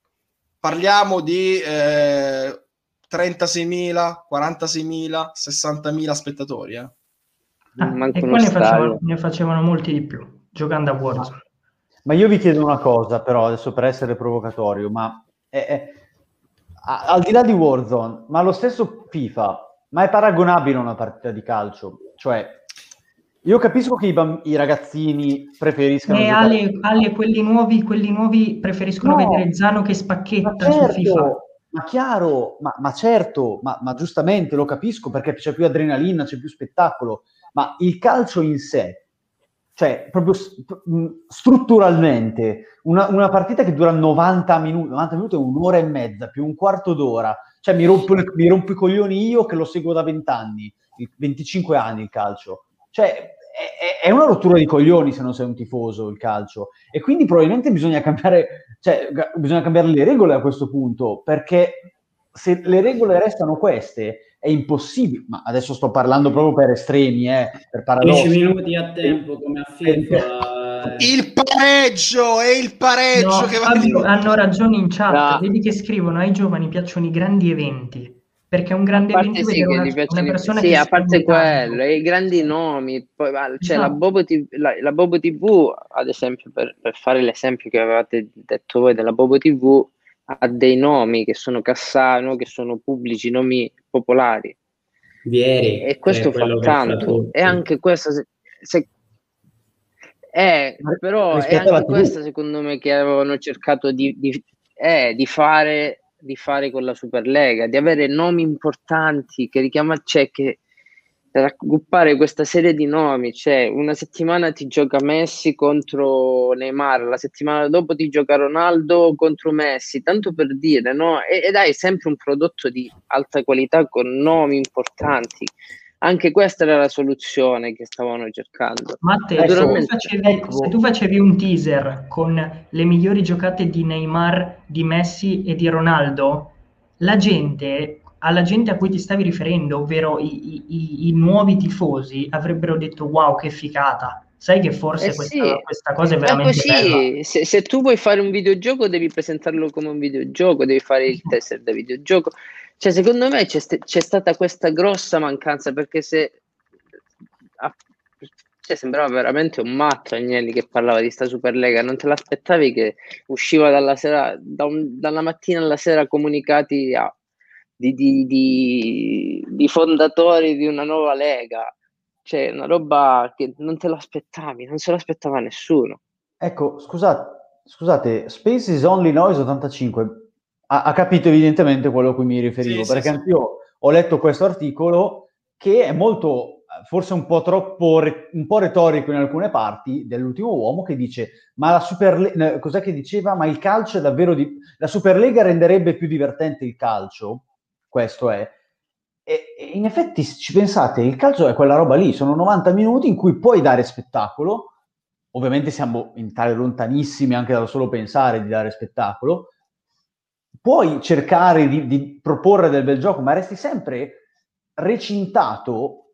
parliamo di eh, trentaseimila, quarantaseimila, sessantamila spettatori. Eh. Ah, e qua ne facevano, ne facevano molti di più, giocando a Warzone. Ma io vi chiedo una cosa, però, adesso per essere provocatorio, ma è, è, a, al di là di Warzone, ma lo stesso FIFA, ma è paragonabile a una partita di calcio? Cioè, io capisco che i, bamb- i ragazzini preferiscano... E giocare... Ale, Ale, quelli nuovi, quelli nuovi preferiscono no, vedere Zano che spacchetta certo, su FIFA. Ma chiaro, ma, ma certo, ma, ma giustamente lo capisco perché c'è più adrenalina, c'è più spettacolo, ma il calcio in sé, cioè proprio strutturalmente, una, una partita che dura novanta minuti, novanta minuti è un'ora e mezza, più un quarto d'ora, cioè mi rompo, le, mi rompo i coglioni io che lo seguo da vent'anni, venticinque anni il calcio, cioè è, è una rottura di coglioni se non sei un tifoso il calcio, e quindi probabilmente bisogna cambiare, cioè bisogna cambiare le regole a questo punto, perché se le regole restano queste è impossibile, ma adesso sto parlando proprio per estremi, eh, per paradossi. dieci minuti a tempo come a FIFA. Il pareggio, è il pareggio No, che va Fabio, di... hanno ragione in chat, no. Vedi che scrivono ai giovani piacciono i grandi eventi, perché è un grande evento sì, vedere una, una persona sì, che a parte quello, tanto. e i grandi nomi, poi cioè Esatto. la Bobo T V, la, la Bobo T V, ad esempio, per, per fare l'esempio che avevate detto voi della Bobo T V, ha dei nomi che sono Cassano, che sono pubblici, nomi popolari. Vieri, e questo fa tanto, e anche questo se, se, è, però è anche questo secondo me che avevano cercato di, di, eh, di fare di fare con la Superlega, di avere nomi importanti che richiama, cioè che raggruppare questa serie di nomi, cioè una settimana ti gioca Messi contro Neymar, la settimana dopo ti gioca Ronaldo contro Messi, tanto per dire, no? E, ed hai sempre un prodotto di alta qualità con nomi importanti. Anche questa era la soluzione che stavano cercando. Matteo, Naturalmente... se, tu facevi, se tu facevi un teaser con le migliori giocate di Neymar, di Messi e di Ronaldo, la gente, alla gente a cui ti stavi riferendo, ovvero i, i, i nuovi tifosi, avrebbero detto wow, che figata. Sai che forse eh questa, sì, questa cosa è ma veramente così, bella. Se, se tu vuoi fare un videogioco devi presentarlo come un videogioco, devi fare il teaser da videogioco. Cioè, secondo me c'è, st- c'è stata questa grossa mancanza, perché se ah, cioè, sembrava veramente un matto Agnelli che parlava di sta Superlega, non te l'aspettavi che usciva dalla sera, da un, dalla mattina alla sera comunicati a, di, di, di, di fondatori di una nuova lega, cioè una roba che non te l'aspettavi, non se l'aspettava nessuno. Ecco, scusate, scusate, Space is Only Noise ottantacinque ha, ha capito evidentemente quello a cui mi riferivo, Sì, perché sì, anch'io ho letto questo articolo che è molto, forse un po' troppo, un po' retorico in alcune parti, dell'Ultimo Uomo, che dice, ma la Superlega, cos'è che diceva? Ma il calcio è davvero, di... la Superlega renderebbe più divertente il calcio, questo è. E, e in effetti, se ci pensate, il calcio è quella roba lì, sono novanta minuti in cui puoi dare spettacolo. Ovviamente siamo in tale lontanissimi anche dal solo pensare di dare spettacolo. Puoi cercare di, di proporre del bel gioco, ma resti sempre recintato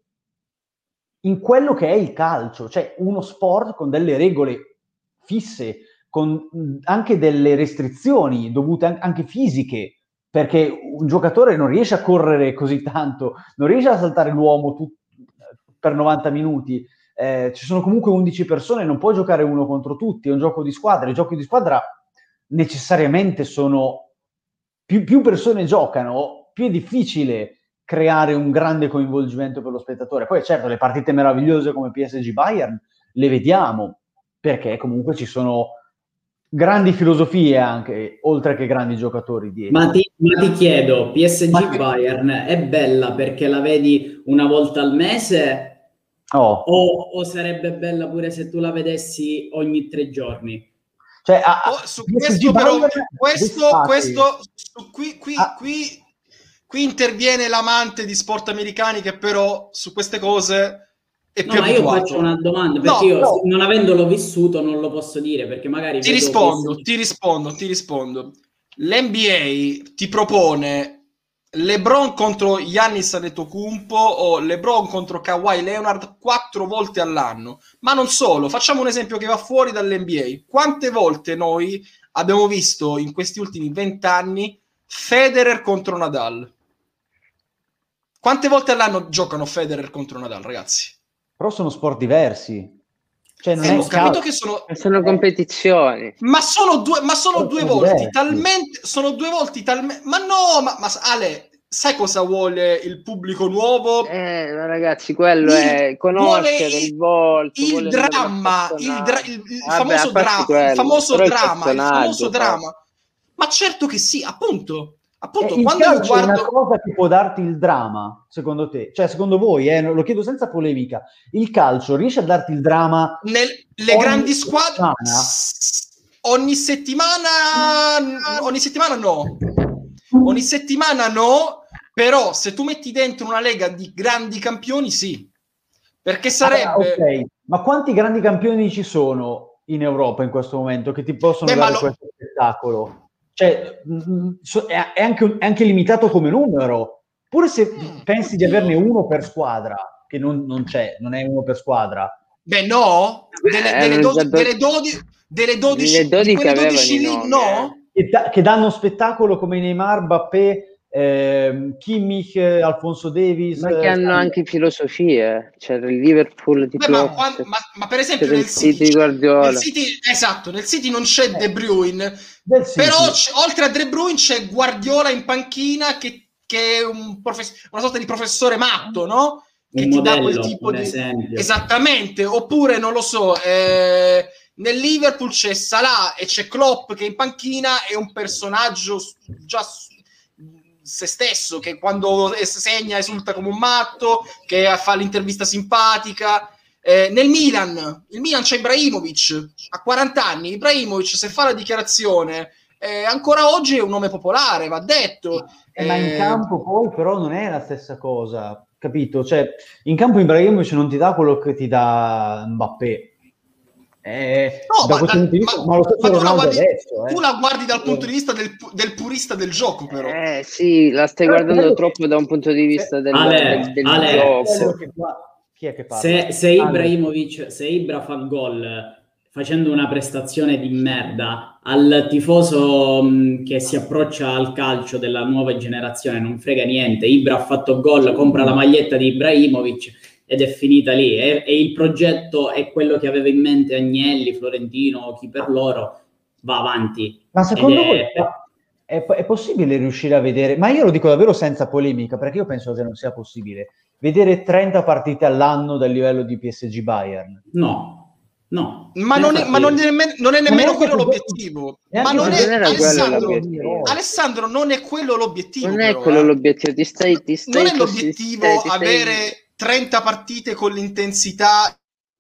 in quello che è il calcio, cioè uno sport con delle regole fisse, con anche delle restrizioni dovute anche fisiche, perché un giocatore non riesce a correre così tanto, non riesce a saltare l'uomo tu, per novanta minuti, eh, ci sono comunque undici persone, non puoi giocare uno contro tutti, è un gioco di squadra, i giochi di squadra necessariamente sono, più, più persone giocano, più è difficile creare un grande coinvolgimento per lo spettatore. Poi certo, le partite meravigliose come P S G Bayern le vediamo, perché comunque ci sono grandi filosofie anche, oltre che grandi giocatori dietro. Ma ti, ma ti chiedo, P S G Ma che... Bayern è bella perché la vedi una volta al mese oh. o, o sarebbe bella pure se tu la vedessi ogni tre giorni? Cioè, a, a, oh, su questo però, questo, questo su, qui, qui, ah. qui, qui interviene l'amante di sport americani che però su queste cose... No, ma io faccio una domanda, perché no, io no. non avendolo vissuto non lo posso dire, perché magari... Ti rispondo, ti rispondo, ti rispondo. L'N B A ti propone LeBron contro Giannis Antetokounmpo o LeBron contro Kawhi Leonard quattro volte all'anno. Ma non solo, facciamo un esempio che va fuori dall'N B A. Quante volte noi abbiamo visto in questi ultimi vent'anni Federer contro Nadal? Quante volte all'anno giocano Federer contro Nadal, ragazzi? Però sono sport diversi. Cioè, non eh, è ho capito che sono... sono competizioni. Ma sono due, ma sono sono due diversi. volte talmente... Sono due volte talmente... Ma no, ma, ma Ale, sai cosa vuole il pubblico nuovo? Eh, ma ragazzi, quello il, è conoscere il, il volto, il dramma, il, dra- il, il Vabbè, famoso, dra- quello, il famoso dramma, il famoso fa. dramma. Ma certo che sì, appunto. Appunto, eh, quando io guardo... è una cosa che può darti il dramma, secondo te? Cioè, secondo voi, eh, lo chiedo senza polemica, il calcio riesce a darti il dramma? Nelle grandi squadre... Ogni settimana... Ogni settimana no. Ogni settimana no, però se tu metti dentro una lega di grandi campioni, sì. Perché sarebbe... Ah, ok, ma quanti grandi campioni ci sono in Europa in questo momento che ti possono Beh, dare lo... questo spettacolo? Cioè, è anche, è anche limitato come numero. Pure se mm, pensi di averne uno per squadra, che non, non c'è, non è uno per squadra. Beh, no, delle, eh, delle, do, delle, dodici, delle dodici, dodici, quelle dodici lì, nomi, no? Che, da, che danno spettacolo come Neymar, Mbappé, eh, Kimmich, Alfonso Davies. Ma che hanno eh, anche filosofie. C'è il Liverpool di Beh, Klopp, ma, quando, ma, ma per esempio nel nel City, City, Guardiola. nel City, esatto, nel City non c'è eh, De Bruyne, però oltre a De Bruyne c'è Guardiola in panchina che, che è un profess- una sorta di professore matto, no? Che un ti modello, dà quel tipo un di... esempio. Esattamente, oppure non lo so, eh, nel Liverpool c'è Salah e c'è Klopp che in panchina è un personaggio già se stesso, che quando segna esulta come un matto, che fa l'intervista simpatica. Eh, nel Milan, il Milan c'è Ibrahimovic, a quaranta anni, Ibrahimovic se fa la dichiarazione, eh, ancora oggi è un nome popolare, va detto. Eh, ma in campo poi però non è la stessa cosa, capito? Cioè, in campo Ibrahimovic non ti dà quello che ti dà Mbappé. Eh, no, ma, da, vista, ma, ma, lo ma tu, la guardi, adesso, eh. tu la guardi dal punto di vista del, del purista del gioco, però. Eh sì, la stai però guardando troppo che... da un punto di vista del, Ale, del, del Ale, gioco. Che, chi è che parla? Se, se Ibrahimovic, se Ibra fa il gol facendo una prestazione di merda, al tifoso mh, che si approccia al calcio della nuova generazione non frega niente, Ibra ha fatto gol, compra la maglietta di Ibrahimovic ed è finita lì, e, e il progetto è quello che aveva in mente Agnelli, Florentino, chi per loro, va avanti. Ma secondo ed voi è... È, è possibile riuscire a vedere, ma io lo dico davvero senza polemica, perché io penso che non sia possibile, vedere trenta partite all'anno dal livello di P S G Bayern? No, no. Ma non è, ma non è nemmeno, non è nemmeno non quello l'obiettivo. Ma non è, non Alessandro, l'obiettivo. Alessandro, non è quello l'obiettivo. Non è però, quello eh. l'obiettivo, ti stai, ti stai non è l'obiettivo ti stai, avere stai... trenta partite con l'intensità.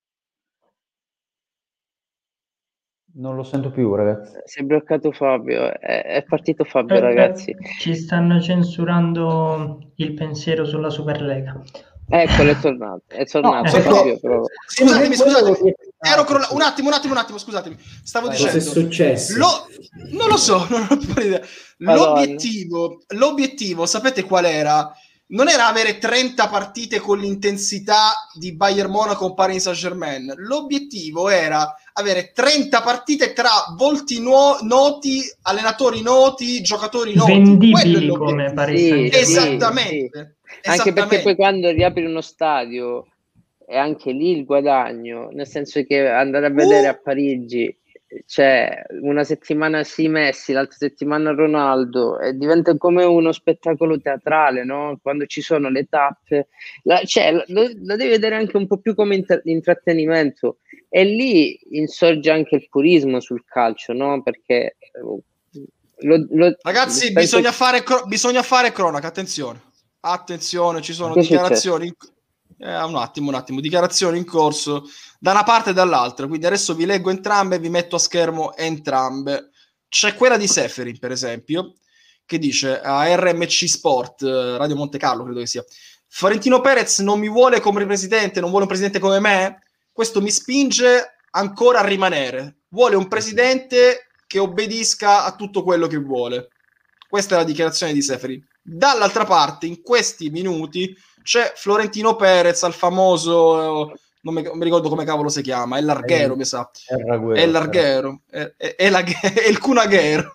Non lo sento più, ragazzi. Si è bloccato Fabio, è, è partito Fabio, ragazzi. Ci stanno censurando il pensiero sulla Superlega. Eccolo, è tornato, è tornato no, Fabio. no. Però. Scusatemi, scusatemi, ero crolla... un attimo, un attimo, un attimo, scusatemi. Stavo Cosa dicendo. Cosa è successo? Lo... Non lo so, non ho idea. L'obiettivo, l'obiettivo, sapete qual era? Non era avere trenta partite con l'intensità di Bayern Monaco o Paris Saint-Germain. L'obiettivo era avere trenta partite tra volti nuo- noti, allenatori noti, giocatori noti. Vendibili come Paris sì, Saint-Germain. Esattamente. Sì, sì. Esattamente. Anche perché poi quando riapri uno stadio è anche lì il guadagno, nel senso che andare a vedere Uh! a Parigi, cioè una settimana sì Messi, l'altra settimana Ronaldo, e diventa come uno spettacolo teatrale, no? Quando ci sono le tappe, la, cioè, lo, lo devi vedere anche un po' più come inter- intrattenimento, e lì insorge anche il purismo sul calcio, no? Perché lo, lo, Ragazzi, lo bisogna fare, cro- bisogna fare cronaca, attenzione. Attenzione, ci sono Che è dichiarazioni. In... Eh, un attimo, un attimo, dichiarazioni in corso da una parte e dall'altra. Quindi adesso vi leggo entrambe e vi metto a schermo entrambe. C'è quella di Seferin, per esempio, che dice a R M C Sport, Radio Monte Carlo, credo che sia: Florentino Perez non mi vuole come presidente, non vuole un presidente come me. Questo mi spinge ancora a rimanere. Vuole un presidente che obbedisca a tutto quello che vuole. Questa è la dichiarazione di Seferin. Dall'altra parte, in questi minuti, c'è Florentino Perez, al famoso, eh, non, mi, non mi ricordo come cavolo si chiama, è Larghero, Eh, mi sa. È il Ragüero, È Larghero, è, è, è, la, è il Cunaghero.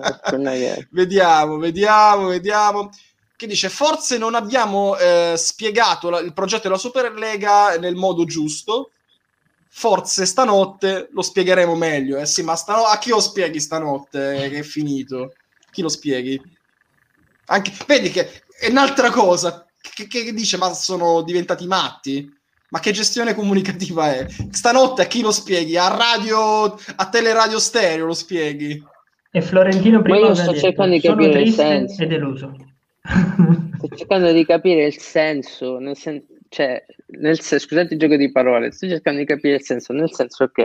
Vediamo, vediamo, vediamo. Che dice: forse non abbiamo eh, spiegato la, il progetto della Superlega nel modo giusto. Forse stanotte lo spiegheremo meglio. Eh sì, ma stano- a chi lo spieghi stanotte che è finito? Chi lo spieghi? Anche, vedi che è un'altra cosa che, che dice: ma sono diventati matti? Ma che gestione comunicativa è? Stanotte a chi lo spieghi? A radio, a Teleradio Stereo lo spieghi? E Florentino prima Ma io aveva sto detto: cercando di sono capire il triste senso. e deluso. Sto cercando di capire il senso, nel sen- cioè, nel sen- scusate il gioco di parole, sto cercando di capire il senso, nel senso che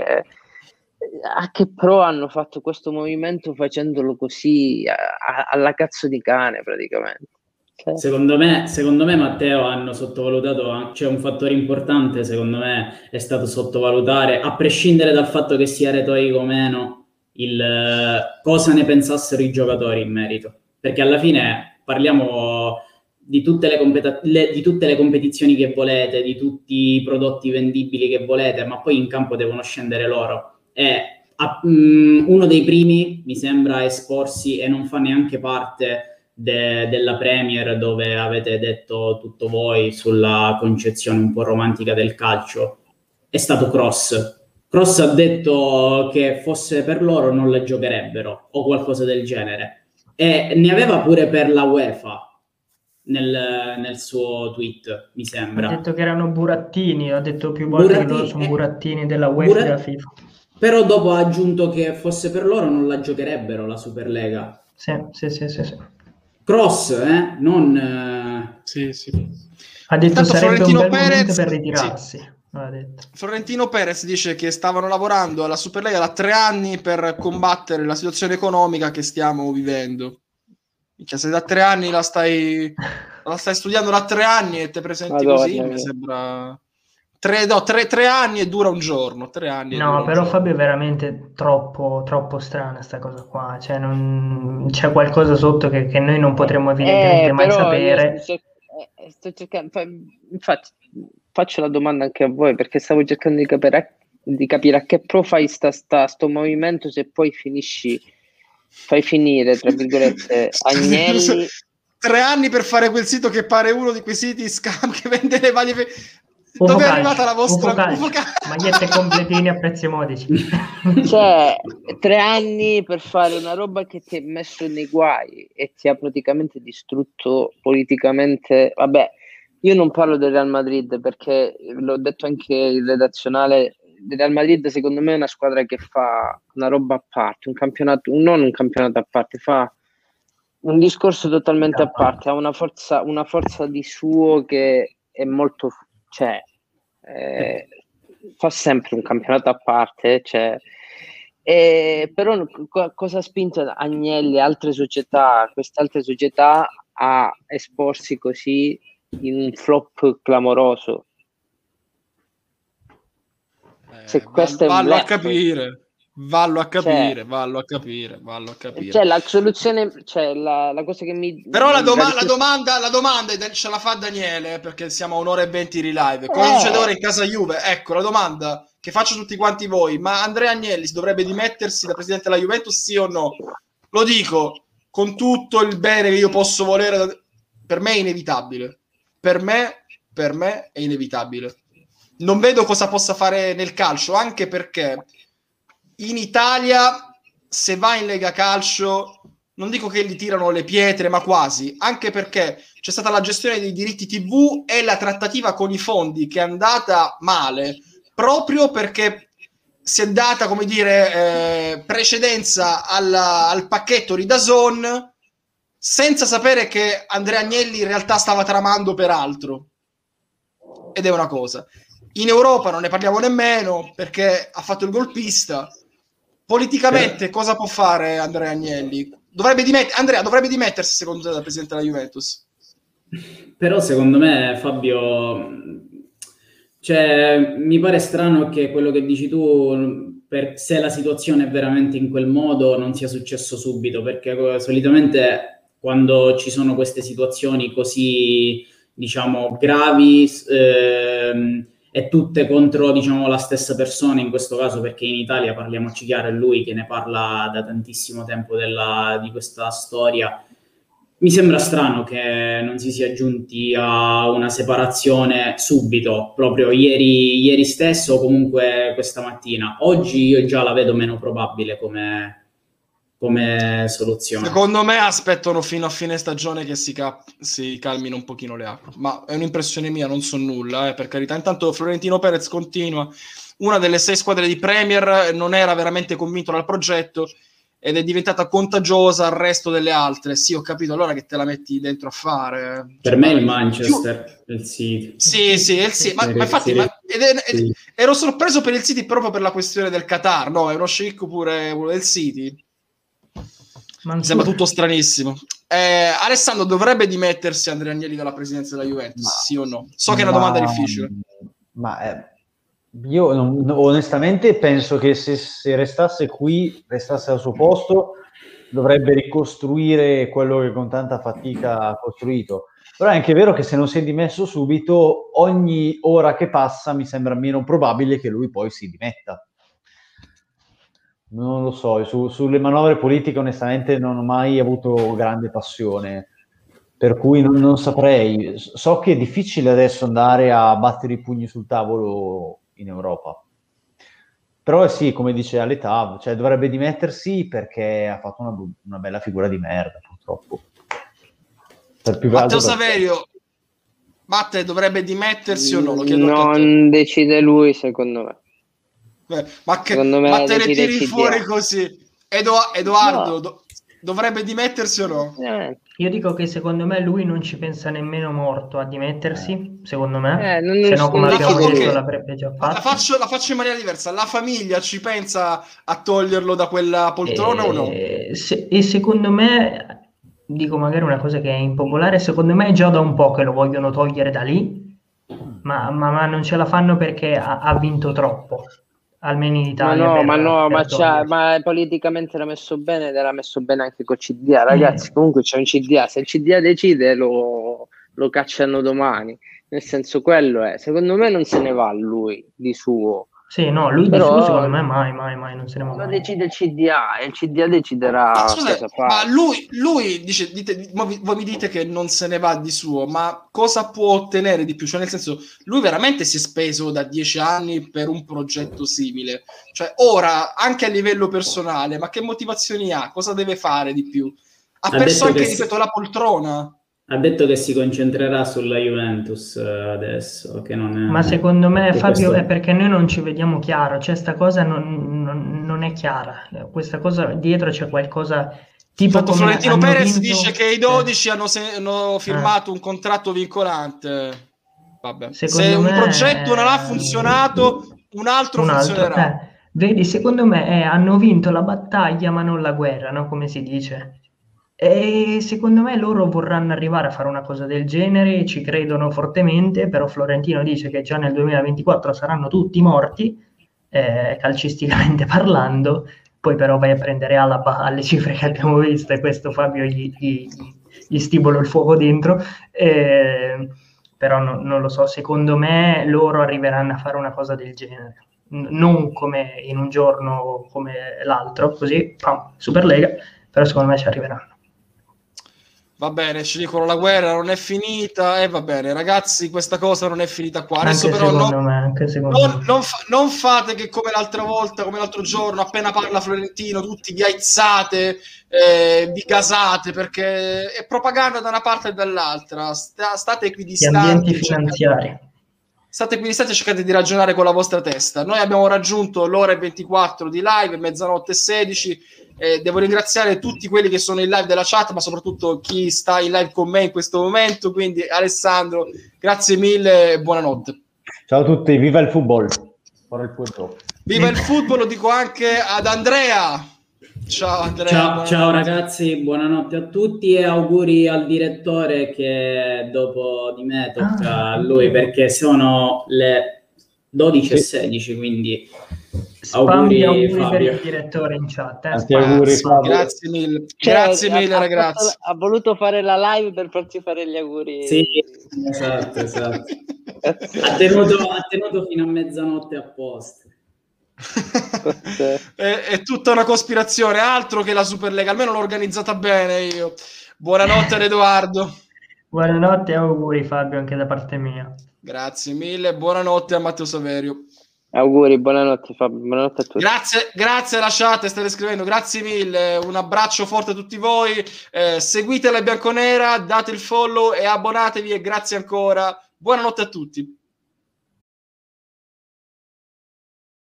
a che pro hanno fatto questo movimento facendolo così a- a- alla cazzo di cane praticamente. Cioè, Secondo me, secondo me, Matteo, hanno sottovalutato, c'è un fattore importante, secondo me è stato sottovalutare, a prescindere dal fatto che sia retorico o meno, il eh, cosa ne pensassero i giocatori in merito. Perché alla fine parliamo di tutte le, compet- le, di tutte le competizioni che volete, di tutti i prodotti vendibili che volete, ma poi in campo devono scendere loro. E a, um, uno dei primi, mi sembra, a esporsi e non fa neanche parte De, della Premier, dove avete detto tutto voi sulla concezione un po' romantica del calcio, è stato Kroos. Kroos ha detto che fosse per loro non la giocherebbero o qualcosa del genere, e ne aveva pure per la UEFA nel, nel suo tweet, mi sembra. Ha detto che erano burattini, ha detto più volte Burattini, che loro sono eh, burattini della UEFA Burat- e della FIFA. Però dopo ha aggiunto che fosse per loro non la giocherebbero la Superlega. Sì, sì, sì, sì, sì. Cross, eh? Non... eh, Sì, sì. Ha detto Intanto sarebbe un Florentino bel momento Perez, per sì. ritirarsi. Ha detto. Florentino Perez dice che stavano lavorando alla Superlega da tre anni per combattere la situazione economica che stiamo vivendo. Cioè, se da tre anni la stai, la stai studiando da tre anni e te presenti Madonna così, mi mia. sembra... Tre, no, tre, tre anni e dura un giorno. Tre anni e dura No, un però giorno. Fabio è veramente troppo, troppo strana sta cosa qua. Cioè, non... c'è qualcosa sotto che, che noi non potremo evidentemente Eh, mai però io sto, sapere. cer- eh, sto cercando, fa- infatti faccio la domanda anche a voi perché stavo cercando di capire a, di capire a che pro fai sta, sta, sto movimento se poi finisci, fai finire, tra virgolette, Agnelli. Tre anni per fare quel sito che pare uno di quei siti scam che vende le varie... Ufo Dove è calcio, arrivata la vostra... Ufo calcio, Ufo calcio. magliette completine a prezzi modici. Cioè, tre anni per fare una roba che ti ha messo nei guai e ti ha praticamente distrutto politicamente. Vabbè, io non parlo del Real Madrid perché l'ho detto anche in redazionale. Il Real Madrid secondo me è una squadra che fa una roba a parte, un campionato, non un campionato a parte, fa un discorso totalmente a parte, ha una forza, una forza di suo che è molto, cioè, eh, fa sempre un campionato a parte, cioè, eh, però co- cosa ha spinto Agnelli e altre società, queste altre società a esporsi così in un flop clamoroso? Se Eh, questo è un vallo a bluff. capire. Vallo a capire, Cioè, vallo a capire, vallo a capire. cioè la soluzione, cioè la, la cosa che mi... Però la, mi doma- dà la più- domanda, la domanda è- ce la fa Daniele, eh, perché siamo a un'ora e venti di live. Cosa Eh, succede ora in casa Juve? Ecco, la domanda che faccio a tutti quanti voi. Ma Andrea Agnelli si dovrebbe dimettersi da presidente della Juventus, sì o no? Lo dico con tutto il bene che io posso volere. Per me è inevitabile. Per me, per me è inevitabile. non vedo cosa possa fare nel calcio, anche perché in Italia, se va in Lega Calcio, non dico che gli tirano le pietre, ma quasi, anche perché c'è stata la gestione dei diritti tivù e la trattativa con i fondi che è andata male, proprio perché si è data, come dire, eh, precedenza alla, al pacchetto Ridazon, senza sapere che Andrea Agnelli in realtà stava tramando per altro. Ed è una cosa. In Europa non ne parliamo nemmeno, perché ha fatto il golpista. Politicamente cosa può fare Andrea Agnelli? Dovrebbe dimet- Andrea, dovrebbe dimettersi secondo te da presidente della Juventus? Però secondo me, Fabio, cioè, mi pare strano che quello che dici tu, per, se la situazione è veramente in quel modo, non sia successo subito, perché solitamente quando ci sono queste situazioni così, diciamo, gravi, ehm, e tutte contro, diciamo, la stessa persona in questo caso, perché in Italia, parliamoci chiaro, è lui che ne parla da tantissimo tempo della, di questa storia. Mi sembra strano che non si sia giunti a una separazione subito, proprio ieri, ieri stesso o comunque questa mattina. Oggi io già la vedo meno probabile come, come soluzione. Secondo me aspettano fino a fine stagione che si, cap- si calmino un pochino le acque, ma è un'impressione mia, non so nulla, eh, per carità. Intanto Florentino Perez continua, una delle sei squadre di Premier non era veramente convinto dal progetto ed è diventata contagiosa al resto delle altre. Sì, ho capito, allora che te la metti dentro a fare. Per cioè, me il Manchester, più... il City. Sì, sì, il City. Ma, ma infatti, ma, ed è, ed, ero sorpreso per il City proprio per la questione del Qatar, no? È uno sceicco pure quello del City. Mi sembra tutto stranissimo. Eh, Alessandro, dovrebbe dimettersi Andrea Agnelli dalla presidenza della Juventus, ma, sì o no? So che è una ma, domanda difficile. Ma eh, io non, onestamente penso che se, se restasse qui, restasse al suo posto, dovrebbe ricostruire quello che con tanta fatica ha costruito. Però è anche vero che se non si è dimesso subito, ogni ora che passa mi sembra meno probabile che lui poi si dimetta. Non lo so, su, sulle manovre politiche onestamente non ho mai avuto grande passione, per cui non, non saprei. So che è difficile adesso andare a battere i pugni sul tavolo in Europa. Però sì, come dice all'età, cioè dovrebbe dimettersi perché ha fatto una, una bella figura di merda, purtroppo. Per più Matteo per... Saverio, Matte dovrebbe dimettersi o no? Lo chiedo non anche a te. Decide lui, secondo me. Beh, ma, che, Secondo me ma te ne decide tiri C D A. fuori così? Edo- Edoardo, No. do- dovrebbe dimettersi o no? Eh. Io dico che secondo me lui non ci pensa nemmeno morto a dimettersi, secondo me, Eh, non, se no come non abbiamo decide detto lui. l'avrebbe già La fatto. faccio, la faccio in maniera diversa. La famiglia ci pensa a toglierlo da quella poltrona E, o no? se- e secondo me, dico magari una cosa che è impopolare, secondo me è già da un po' che lo vogliono togliere da lì, ma, ma- ma non ce la fanno perché ha, ha vinto troppo, almeno in Ma Italia. no, per, ma no, per ma, c'ha, toglierlo. ma politicamente l'ha messo bene ed era messo bene anche col C D A. Ragazzi, Eh. comunque c'è un C D A, se il C D A decide lo, lo cacciano domani. Nel senso, quello è. Secondo me non se ne va lui di suo. Sì, no, lui di Però suo secondo me mai, mai, mai, non se ne va lo mai. decide il C D A e il C D A deciderà Ma scusate, cosa fare. ma lui, lui dice, dite, voi voi mi dite che non se ne va di suo, ma cosa può ottenere di più? Cioè, nel senso, lui veramente si è speso da dieci anni per un progetto simile. Cioè, ora, anche a livello personale, ma che motivazioni ha? Cosa deve fare di più? Ha, Ha perso detto anche, che ripeto, si- la poltrona. Ha detto che si concentrerà sulla Juventus eh, adesso, che non è... Ma secondo me, che Fabio, questo- è perché noi non ci vediamo chiaro, cioè sta cosa non, non- non è chiara, questa cosa dietro c'è qualcosa tipo Tanto come Florentino hanno Perez vinto- dice che i dodici hanno, se- hanno Eh. firmato un contratto vincolante. Vabbè. Se Secondo un me, progetto non ha eh, funzionato, un altro un altro, funzionerà. eh, vedi, secondo me eh, hanno vinto la battaglia ma non la guerra, no? Come si dice. E secondo me loro vorranno arrivare a fare una cosa del genere, ci credono fortemente, però Florentino dice che già nel duemilaventiquattro saranno tutti morti, eh, calcisticamente parlando, poi però vai a prendere Alaba alle cifre che abbiamo visto e questo Fabio gli, gli, gli stibolo il fuoco dentro, eh, però no, non lo so, secondo me loro arriveranno a fare una cosa del genere, N- non come in un giorno come l'altro, così, pam, Superlega, però secondo me ci arriveranno. Va bene, ci dicono la guerra non è finita, e eh, va bene, ragazzi, questa cosa non è finita qua. Adesso Anche però secondo non, me, anche secondo non, me. non, fa, non fate che come l'altra volta, come l'altro giorno, appena parla Florentino, tutti vi aizzate, eh, vi gasate, perché è propaganda da una parte e dall'altra. Sta, state equidistanti. Gli ambienti finanziari. Cercate, state equidistanti e cercate di ragionare con la vostra testa. Noi abbiamo raggiunto l'ora e ventiquattro di live, mezzanotte e sedici. Eh, devo ringraziare tutti quelli che sono in live della chat, ma soprattutto chi sta in live con me in questo momento. Quindi Alessandro, grazie mille e buonanotte. Ciao a tutti, viva il football. Il football. Viva il football, lo dico anche ad Andrea. Ciao Andrea. Ciao, ciao ragazzi, buonanotte a tutti e auguri al direttore che dopo di me tocca ah, a lui, perché sono le dodici e sedici, quindi auguri, auguri per il direttore in chat. Eh. Auguri, grazie mille, cioè, grazie mille ha, ragazzi. Ha voluto fare la live per farci fare gli auguri. Sì, esatto, esatto. ha, tenuto, ha tenuto fino a mezzanotte apposta. è, è tutta una cospirazione, altro che la Superlega, almeno l'ho organizzata bene io. Buonanotte ad Edoardo. Buonanotte e auguri Fabio anche da parte mia. Grazie mille, buonanotte a Matteo Saverio. Auguri, buonanotte Fabio, buonanotte a tutti. Grazie, grazie alla chat, state scrivendo, grazie mille, un abbraccio forte a tutti voi, eh, seguite la Bianconera, date il follow e abbonatevi e grazie ancora, buonanotte a tutti.